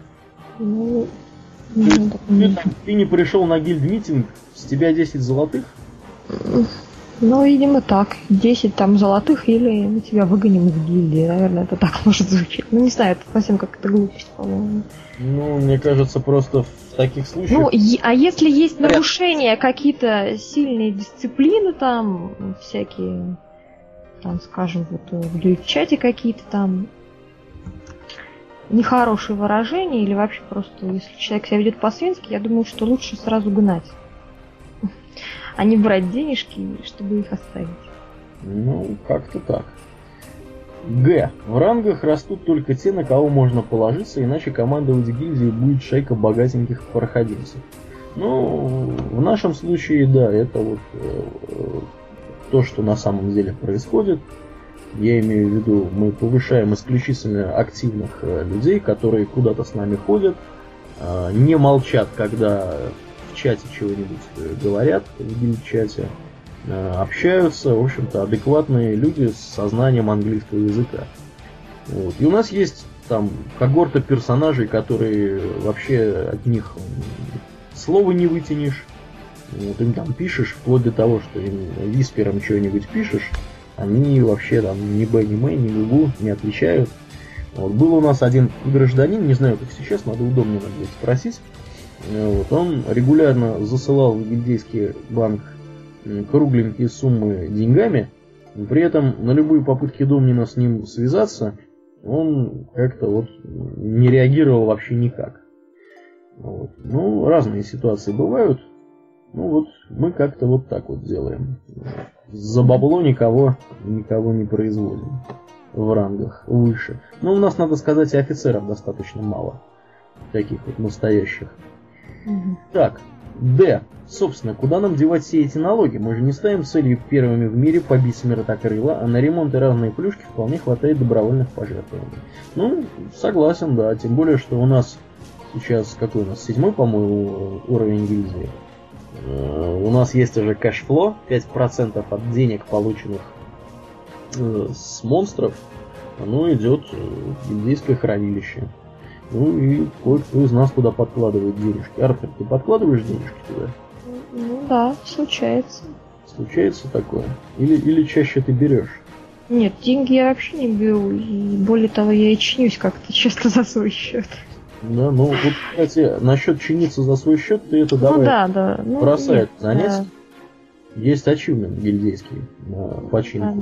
Ты не пришел на гильд-митинг, с тебя 10 золотых? Ну, видимо, так. 10 там золотых, или мы тебя выгоним из гильдии. Наверное, это так может звучать. Ну, не знаю, это совсем как-то глупость, по-моему. Ну, мне кажется, просто в таких случаях... Ну, а если есть нарушения, какие-то сильные дисциплины там, всякие, там, скажем, вот в гильд-чате какие-то там нехорошие выражения, или вообще просто, если человек себя ведет по-свински, я думаю, что лучше сразу гнать, а не брать денежки, чтобы их оставить. Ну, как-то так. Г. В рангах растут только те, на кого можно положиться, иначе командовать гильдией будет шайка богатеньких проходимцев. Ну, в нашем случае, да, это вот то, что на самом деле происходит. Я имею в виду, мы повышаем исключительно активных людей, которые куда-то с нами ходят, не молчат, когда в чате чего-нибудь говорят, в гильд-чате, общаются, в общем-то, адекватные люди с сознанием английского языка. Вот. И у нас есть там когорта персонажей, которые вообще от них слова не вытянешь. Вот, им там пишешь, вплоть до того, что им виспером что-нибудь пишешь, Они вообще там ни Б, ни М, ни ГУ не отвечают. Вот. Был у нас один гражданин, не знаю, как сейчас, надо у Домнина будет спросить. Вот. Он регулярно засылал в гильдейский банк кругленькие суммы деньгами. При этом на любые попытки Домнина с ним связаться он как-то вот не реагировал вообще никак. Вот. Ну, разные ситуации бывают. Ну вот, мы как-то вот так вот делаем. За бабло никого не производим в рангах выше. Но у нас, надо сказать, и офицеров достаточно мало. Таких вот настоящих. Так, Д. Собственно, куда нам девать все эти налоги? Мы же не ставим целью первыми в мире побить смертокрыла, а на ремонт и разные плюшки вполне хватает добровольных пожертвований. Ну, согласен, да. Тем более, что у нас сейчас, какой у нас, 7-й, по-моему, уровень гильдии. У нас есть уже кэшфло, 5% от денег, полученных с монстров, оно идет в гильдейское хранилище. Ну и кое-кто из нас туда подкладывает денежки. Артур, ты подкладываешь денежки туда? Ну да, случается. Случается такое? Или чаще ты берешь? Нет, деньги я вообще не беру. И более того, я и чинюсь как-то часто за свой счет. Да, ну вот, кстати, насчет чиниться за свой счет, ты это давай бросай это занятие. Да. Есть ачивмент гильдейский на починку.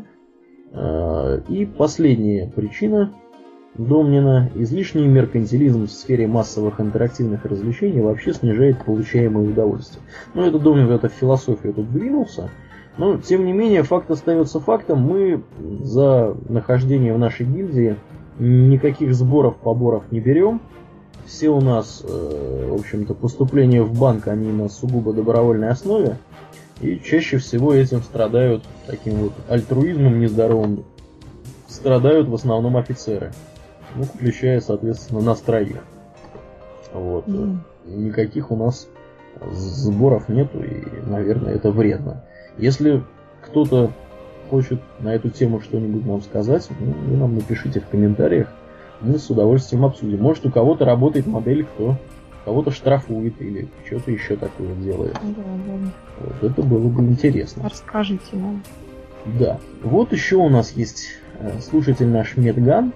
Да. И последняя причина Домнина. Излишний меркантилизм в сфере массовых интерактивных развлечений вообще снижает получаемое удовольствие. Ну, это Домнин в эту философию тут двинулся. Но, тем не менее, факт остается фактом. Мы за нахождение в нашей гильдии никаких сборов, поборов не берем. Все у нас, в общем-то, поступления в банк, они на сугубо добровольной основе. И чаще всего этим страдают, таким вот альтруизмом нездоровым, страдают в основном офицеры. Ну, включая, соответственно, нас троих. Вот. Никаких у нас сборов нету, и, наверное, это вредно. Если кто-то хочет на эту тему что-нибудь нам сказать, ну, вы нам напишите в комментариях, мы с удовольствием обсудим. Может, у кого-то работает модель, кто кого-то штрафует или что-то еще такое делает. Да. Вот это было бы интересно. Расскажите нам. Да. Вот еще у нас есть слушатель наш Медган.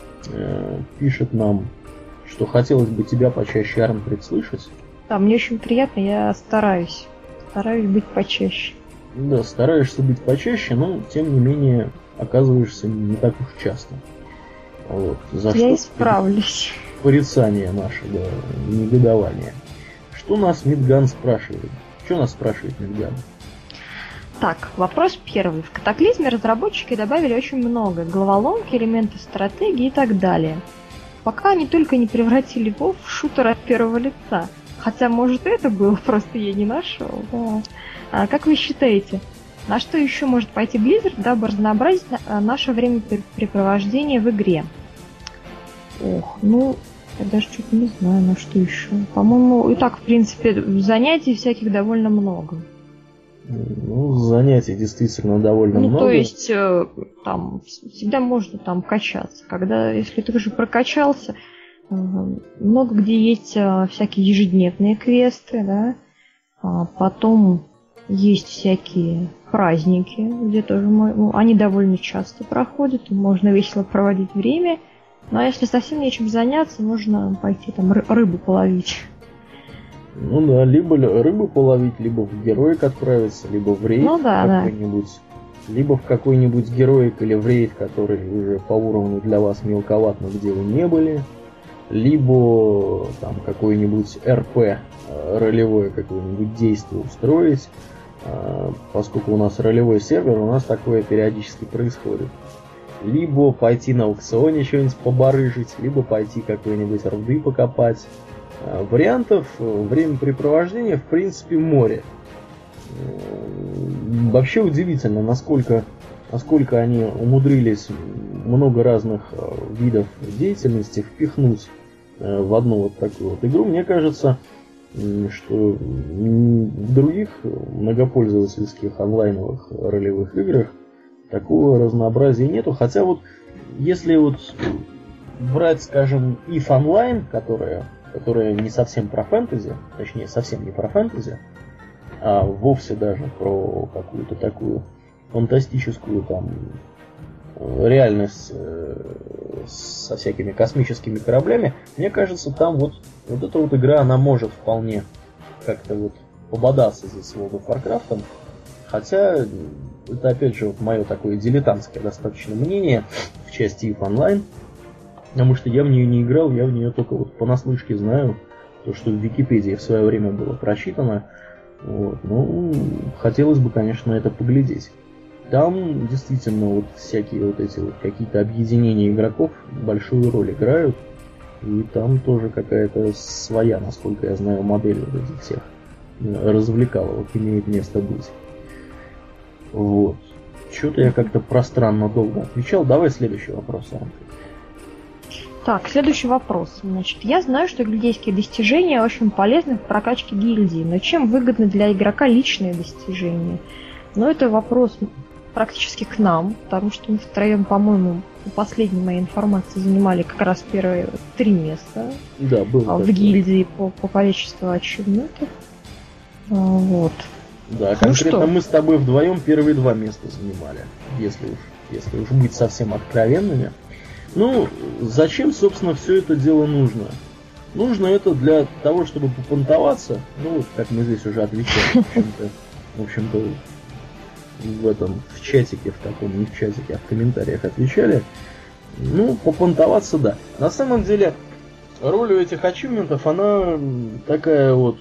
Пишет нам, что хотелось бы тебя почаще, Арнфрид, слышать. Да, мне очень приятно, я стараюсь. Стараюсь быть почаще. Да, стараешься быть почаще, но тем не менее оказываешься не так уж часто. Вот. За я исправлюсь. Порицание наше, да, негодование. Что нас Мидган спрашивает? Что нас спрашивает Мидган? Так, вопрос первый. В Катаклизме разработчики добавили очень много. Головоломки, элементы стратегии и так далее. Пока они только не превратили WoW в шутер от первого лица. Хотя, может, это было, просто я не нашел. Да. А как вы считаете, на что еще может пойти Blizzard, дабы разнообразить наше времяпрепровождение в игре? Ох, ну, я даже что-то не знаю, на что еще. По-моему, и так, в принципе, занятий всяких довольно много. Ну, занятий действительно довольно много. Ну, то есть, там, всегда можно там качаться. Когда, если ты уже прокачался, много где есть всякие ежедневные квесты, да. Потом есть всякие праздники, где тоже они довольно часто проходят, и можно весело проводить время. Ну, а если совсем нечем заняться, можно пойти там рыбу половить. Ну да, либо рыбу половить, либо в героик отправиться, либо в рейд какой-нибудь. Да. Либо в какой-нибудь героик или в рейд, который уже по уровню для вас мелковат, но где вы не были. Либо там какой-нибудь РП, ролевое какое-нибудь действие устроить. Поскольку у нас ролевой сервер, у нас такое периодически происходит. Либо пойти на аукционе что-нибудь побарыжить, либо пойти какой-нибудь рды покопать. Вариантов времяпрепровождения в принципе море. Вообще удивительно, насколько они умудрились много разных видов деятельности впихнуть в одну вот такую вот игру. Мне кажется, что в других многопользовательских онлайновых ролевых играх такого разнообразия нету. Хотя вот если вот брать, скажем, EVE Online, которая не совсем про фэнтези, точнее совсем не про фэнтези, а вовсе даже про какую-то такую фантастическую там реальность со всякими космическими кораблями, мне кажется, там вот эта вот игра, она может вполне как-то вот пободаться здесь с World of Warcraft. Хотя, это опять же вот мое такое дилетантское достаточно мнение в части EVE Online, потому что я в нее не играл, я в нее только вот понаслышке знаю, то, что в Википедии в свое время было прочитано. Вот. Ну, хотелось бы, конечно, это поглядеть. Там действительно вот всякие вот эти вот какие-то объединения игроков большую роль играют. И там тоже какая-то своя, насколько я знаю, модель вот этих всех развлекаловок имеет место быть. Вот. Что-то я как-то пространно долго отвечал. Давай следующий вопрос, Анка. Так, следующий вопрос. Значит, я знаю, что гильдейские достижения очень полезны в прокачке гильдии, но чем выгодны для игрока личные достижения? Но это вопрос практически к нам, потому что мы втроем, по-моему, по последней моей информации занимали как раз первые 3 места. Да, было в гильдии по количеству ачивментов. Вот. Да, конкретно мы с тобой вдвоем первые 2 места занимали, если уж быть совсем откровенными. Ну, зачем, собственно, все это дело нужно? Нужно это для того, чтобы попонтоваться, ну, вот как мы здесь уже отвечали, в общем-то, в чатике, в таком, не в чатике, а в комментариях отвечали. Ну, попонтоваться, да. На самом деле, роль у этих ачивментов, она такая вот,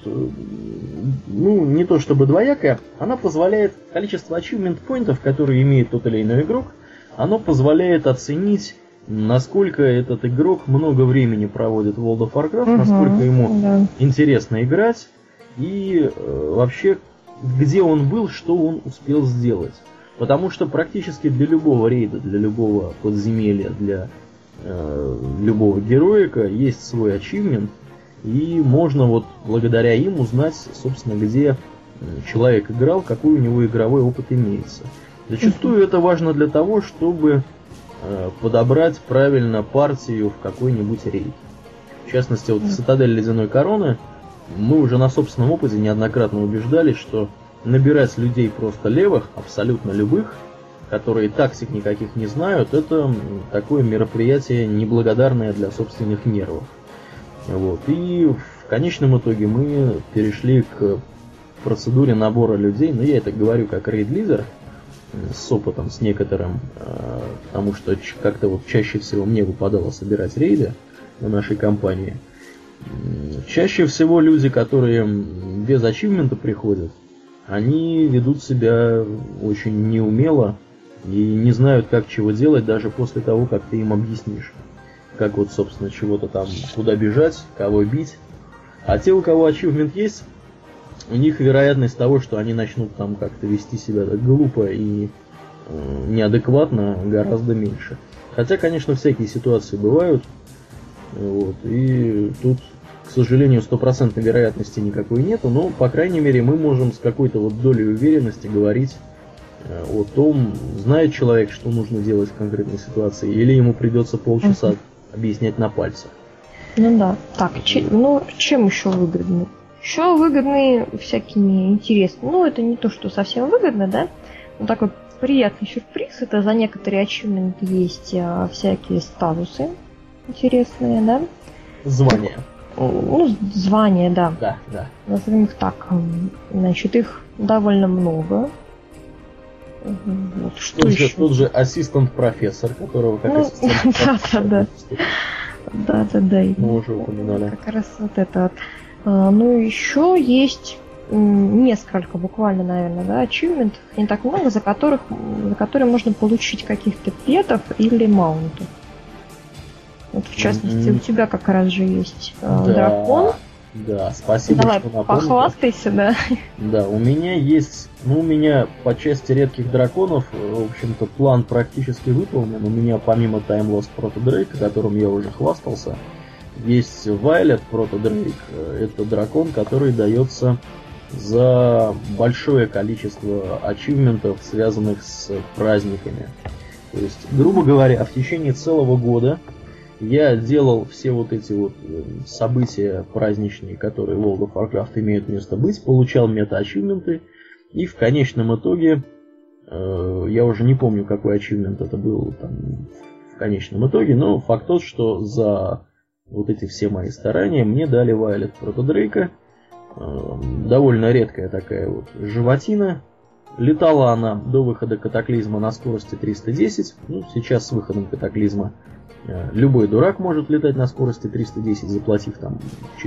ну, не то чтобы двоякая, она позволяет, количество ачивмент-поинтов, которые имеет тот или иной игрок, оно позволяет оценить, насколько этот игрок много времени проводит в World of Warcraft, насколько ему интересно играть, и вообще, где он был, что он успел сделать. Потому что практически для любого рейда, для любого подземелья, для любого героика есть свой ачивмент, и можно вот благодаря им узнать, собственно, где человек играл, какой у него игровой опыт имеется. Зачастую это важно для того, чтобы подобрать правильно партию в какой-нибудь рейд. В частности, вот в Цитадель Ледяной Короны мы уже на собственном опыте неоднократно убеждались, что набирать людей просто левых, абсолютно любых, которые тактик никаких не знают, это такое мероприятие неблагодарное для собственных нервов. Вот. И в конечном итоге мы перешли к процедуре набора людей, но я это говорю как рейд-лидер, с опытом, с некоторым, потому что как-то вот чаще всего мне выпадало собирать рейды на нашей компании. Чаще всего люди, которые без ачивмента приходят, они ведут себя очень неумело и не знают, как чего делать, даже после того, как ты им объяснишь. Как вот, собственно, чего-то там, куда бежать, кого бить. А те, у кого ачивмент есть, у них вероятность того, что они начнут там как-то вести себя так глупо и неадекватно, гораздо меньше. Хотя, конечно, всякие ситуации бывают. Вот, и тут, к сожалению, 100% вероятности никакой нету, но, по крайней мере, мы можем с какой-то вот долей уверенности говорить о том, знает человек, что нужно делать в конкретной ситуации, или ему придется полчаса объяснять на пальцах. Ну да. Так, чем еще выгодно? Еще выгодны всякими интересными. Ну, это не то, что совсем выгодно, да? Но такой приятный сюрприз. Это за некоторые ачивменты есть всякие статусы интересные, да? Звания. Ну, звания, да. Да. Назовем их так. Значит, их довольно много. Вот, что тот, еще? Тот же ассистент-профессор, которого как ассистент-профессор. Да. Мы уже упоминали. Как раз вот это вот. Ну, еще есть несколько, буквально, наверное, да, ачивментов, не так много, за которые можно получить каких-то петов или маунтов. Вот, в частности, у тебя как раз же есть дракон. Да, спасибо, давай, что напомнил. Похвастайся, да. Да, у меня есть, у меня по части редких драконов, в общем-то, план практически выполнен. У меня помимо Time Lost Proto Drake, которым я уже хвастался, есть Violet Proto Drake. Это дракон, который дается за большое количество ачивментов, связанных с праздниками. То есть, грубо говоря, в течение целого года я делал все вот эти вот события праздничные, которые в World of Warcraft имеют место быть, получал мета-ачивменты, и в конечном итоге Я уже не помню, какой ачивмент это был там в конечном итоге, но факт тот, что за вот эти все мои старания мне дали Вайлет Протодрейка. Довольно редкая такая вот животина. Летала она до выхода Катаклизма на скорости 310. Ну, сейчас с выходом Катаклизма любой дурак может летать на скорости 310, заплатив там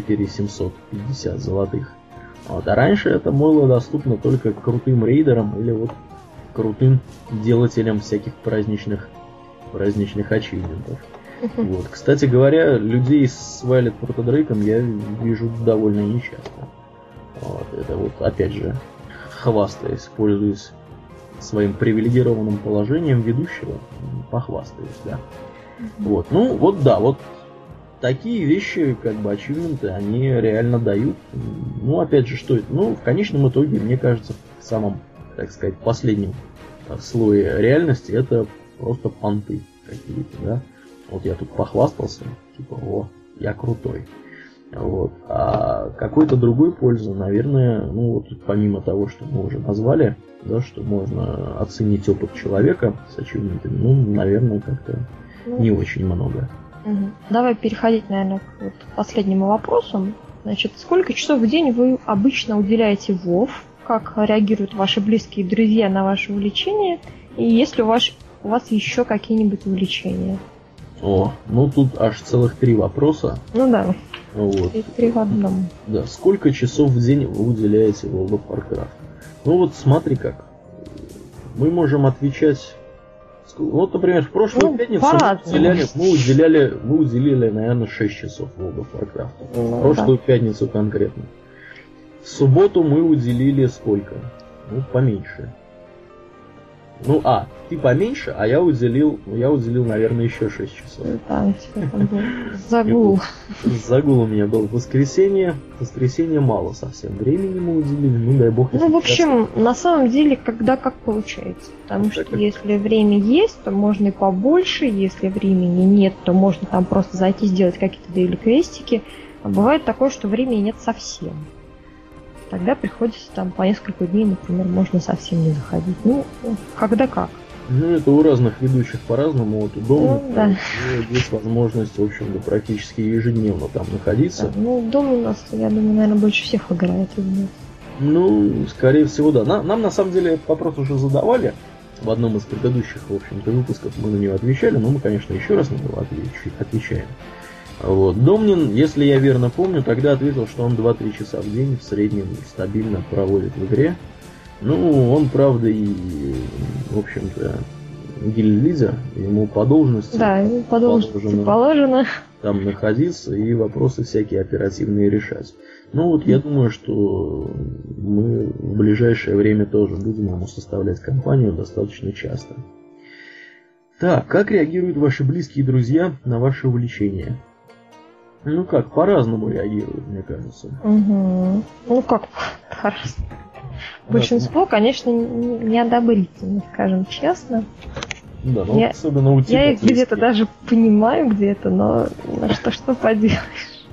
4750 золотых. Вот. А раньше это было доступно только крутым рейдерам или вот крутым делателям всяких праздничных ачивментов. Вот. Кстати говоря, людей с Вайлет Протодрейком я вижу довольно нечасто. Вот. Это вот опять же хвастаясь, пользуясь своим привилегированным положением ведущего, похвастаюсь, да. Вот. Ну, вот да, вот такие вещи, как бы ачивменты, они реально дают. Ну, опять же, что это? Ну, в конечном итоге, мне кажется, в самом, так сказать, последнем слое реальности это просто понты какие-то, да. Вот я тут похвастался, типа, о, я крутой. Вот. А какой-то другой пользы, наверное, ну вот помимо того, что мы уже назвали, да, что можно оценить опыт человека с ачивментами, ну, наверное, как-то не очень много. Давай переходить, наверное, к вот последнему вопросу. Значит, сколько часов в день вы обычно уделяете WoW? Как реагируют ваши близкие друзья на ваше увлечение? И есть ли у вас еще какие-нибудь увлечения? О, ну тут аж целых 3 вопроса. Ну да. Вот. 3 в одном. Да, сколько часов в день вы уделяете World of Warcraft? Ну вот смотри как. Мы можем отвечать. Вот, например, в прошлую пятницу мы уделили, наверное, 6 часов World of Warcraft. В прошлую пятницу конкретно. В субботу мы уделили сколько? Ну, поменьше. Ну, ты поменьше, а я уделил, наверное, еще 6 часов. Да, там был загул. Загул у меня был в воскресенье. В воскресенье мало совсем времени мы уделили, ну дай бог. Ну, в общем, на самом деле, когда как получается. Потому что если время есть, то можно и побольше, если времени нет, то можно там просто зайти сделать какие-то дейли-квестики. А бывает такое, что времени нет совсем. Тогда приходится там по несколько дней, например, можно совсем не заходить. Ну, когда как. Ну, это у разных ведущих по-разному. Вот у Дома есть возможность, в общем-то, практически ежедневно там находиться. Да, ну, Дом у нас, я думаю, наверное, больше всех играет. Ну, скорее всего, да. Нам на самом деле этот вопрос уже задавали. В одном из предыдущих, в общем-то, выпусков мы на него отвечали, но мы, конечно, еще раз на него отвечаем. Вот. Домнин, если я верно помню, тогда ответил, что он 2-3 часа в день в среднем стабильно проводит в игре. Ну, он, правда, и, в общем-то, гильд-лидер, ему по должности, да, ему по должности положено там находиться и вопросы всякие оперативные решать. Ну вот я думаю, что мы в ближайшее время тоже будем ему составлять компанию достаточно часто. Так, как реагируют ваши близкие друзья на ваше увлечение? Ну как, по-разному реагируют, мне кажется. Угу. Ну как, по-разному. Большинство, конечно, неодобрительно, скажем честно. Да, ну особенно у тебя. Я их где-то даже понимаю где-то, но что поделаешь.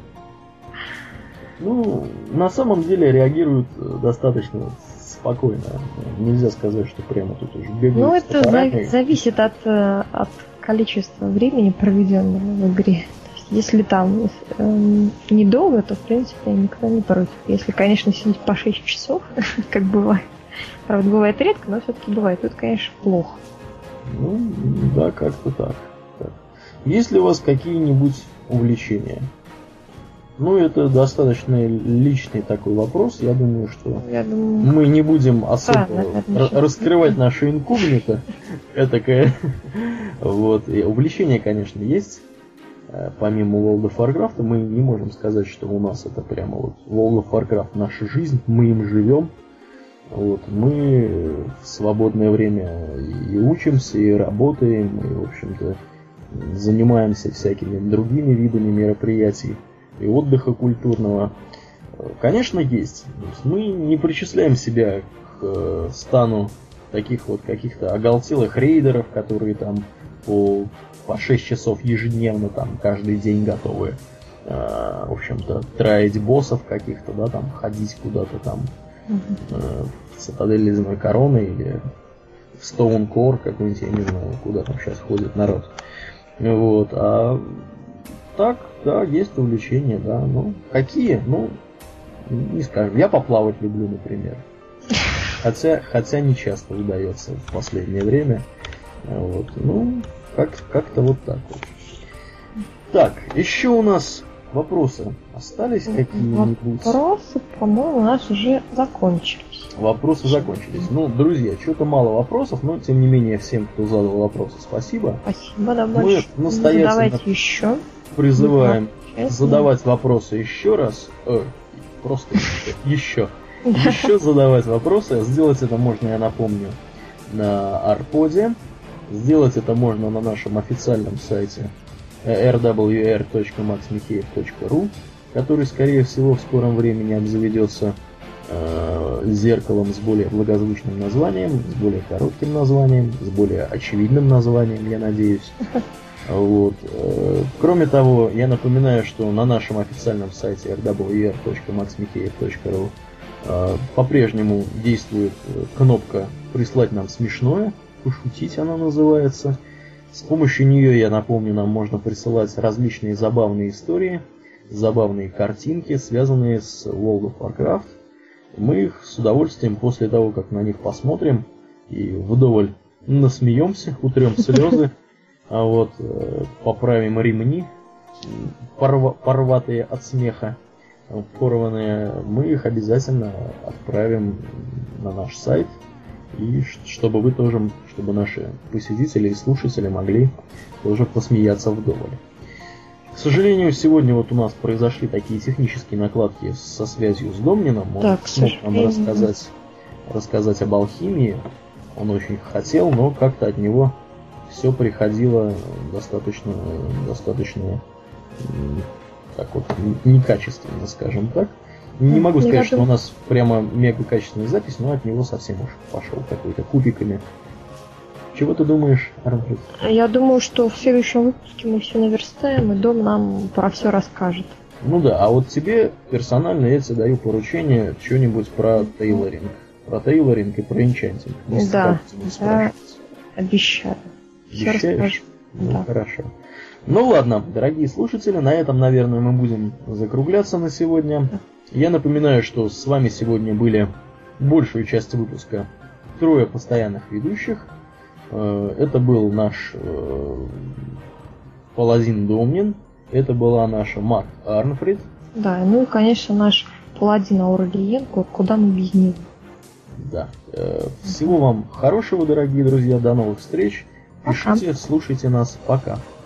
Ну, на самом деле реагируют достаточно спокойно. Нельзя сказать, что прямо тут уже бегают. Ну, это зависит от количества времени, проведенного в игре. Если там недолго, то, в принципе, никто не против. Если, конечно, сидеть по 6 часов, как бывает. Правда, бывает редко, но все-таки бывает. Тут, конечно, плохо. Ну, да, как-то так. Есть ли у вас какие-нибудь увлечения? Ну, это достаточно личный такой вопрос. Я думаю, что мы не будем особо раскрывать наши инкогнито. Этакое. Вот. Увлечения, конечно, есть. Помимо World of Warcraft, мы не можем сказать, что у нас это прямо вот World of Warcraft наша жизнь, мы им живем. Вот, мы в свободное время и учимся, и работаем, и, в общем-то, занимаемся всякими другими видами мероприятий и отдыха культурного. Конечно, есть. Мы не причисляем себя к стану таких вот каких-то оголтелых рейдеров, которые там по 6 часов ежедневно там каждый день готовы, в общем-то, траить боссов каких-то, да, там ходить куда-то там в цитадель ледяной короны или в Stonecore какой-нибудь, я не знаю, куда там сейчас ходит народ. Вот, а так, да, есть увлечения, да, ну, какие, ну, не скажем, я поплавать люблю, например, хотя не часто удается в последнее время, вот, ну, как-то вот так вот. Так, еще у нас вопросы остались какие-нибудь? Вопросы, по-моему, у нас уже закончились. Вопросы закончились. Ну, друзья, что-то мало вопросов, но тем не менее всем, кто задал вопросы, спасибо. Спасибо, да, Мы большое. настоятельно Задавайте еще. призываем Честно. задавать вопросы еще раз. Просто еще. Еще задавать вопросы. Сделать это можно, я напомню, на Арподе. Сделать это можно на нашем официальном сайте rwr.maxmikheev.ru, который, скорее всего, в скором времени обзаведется зеркалом с более благозвучным названием, с более коротким названием, с более очевидным названием, я надеюсь. Вот. Кроме того, я напоминаю, что на нашем официальном сайте rwr.maxmikheev.ru по-прежнему действует кнопка «Прислать нам смешное», «Пошутить» она называется. С помощью нее, я напомню, нам можно присылать различные забавные истории, забавные картинки, связанные с World of Warcraft. Мы их с удовольствием после того, как на них посмотрим и вдоволь насмеемся, утрем слезы, а вот поправим ремни, порватые от смеха, порванные, мы их обязательно отправим на наш сайт. И чтобы вы тоже, чтобы наши посетители и слушатели могли тоже посмеяться вдоволь. К сожалению, сегодня вот у нас произошли такие технические накладки со связью с Домнином. Он смог нам рассказать об алхимии. Он очень хотел, но как-то от него все приходило достаточно так вот некачественно, скажем так. Не могу сказать, что у нас прямо мега качественная запись, но от него совсем уж пошел какой-то кубиками. Чего ты думаешь, Арнфрид? Я думаю, что в следующем выпуске мы все наверстаем, и Дом нам про все расскажет. Ну да, а вот тебе персонально я тебе даю поручение что-нибудь про тейлоринг. Про тейлоринг и про энчантинг. Да, я обещаю. Обещаешь? Ну, да. Хорошо. Ну ладно, дорогие слушатели, на этом, наверное, мы будем закругляться на сегодня. Я напоминаю, что с вами сегодня были большую часть выпуска трое постоянных ведущих. Это был наш паладин Домнин, это была наша маг Арнфрид. Да, ну и, конечно, наш паладин Аурелиенко, куда мы без него. Да. Всего вам хорошего, дорогие друзья, до новых встреч. Пишите, слушайте нас, пока.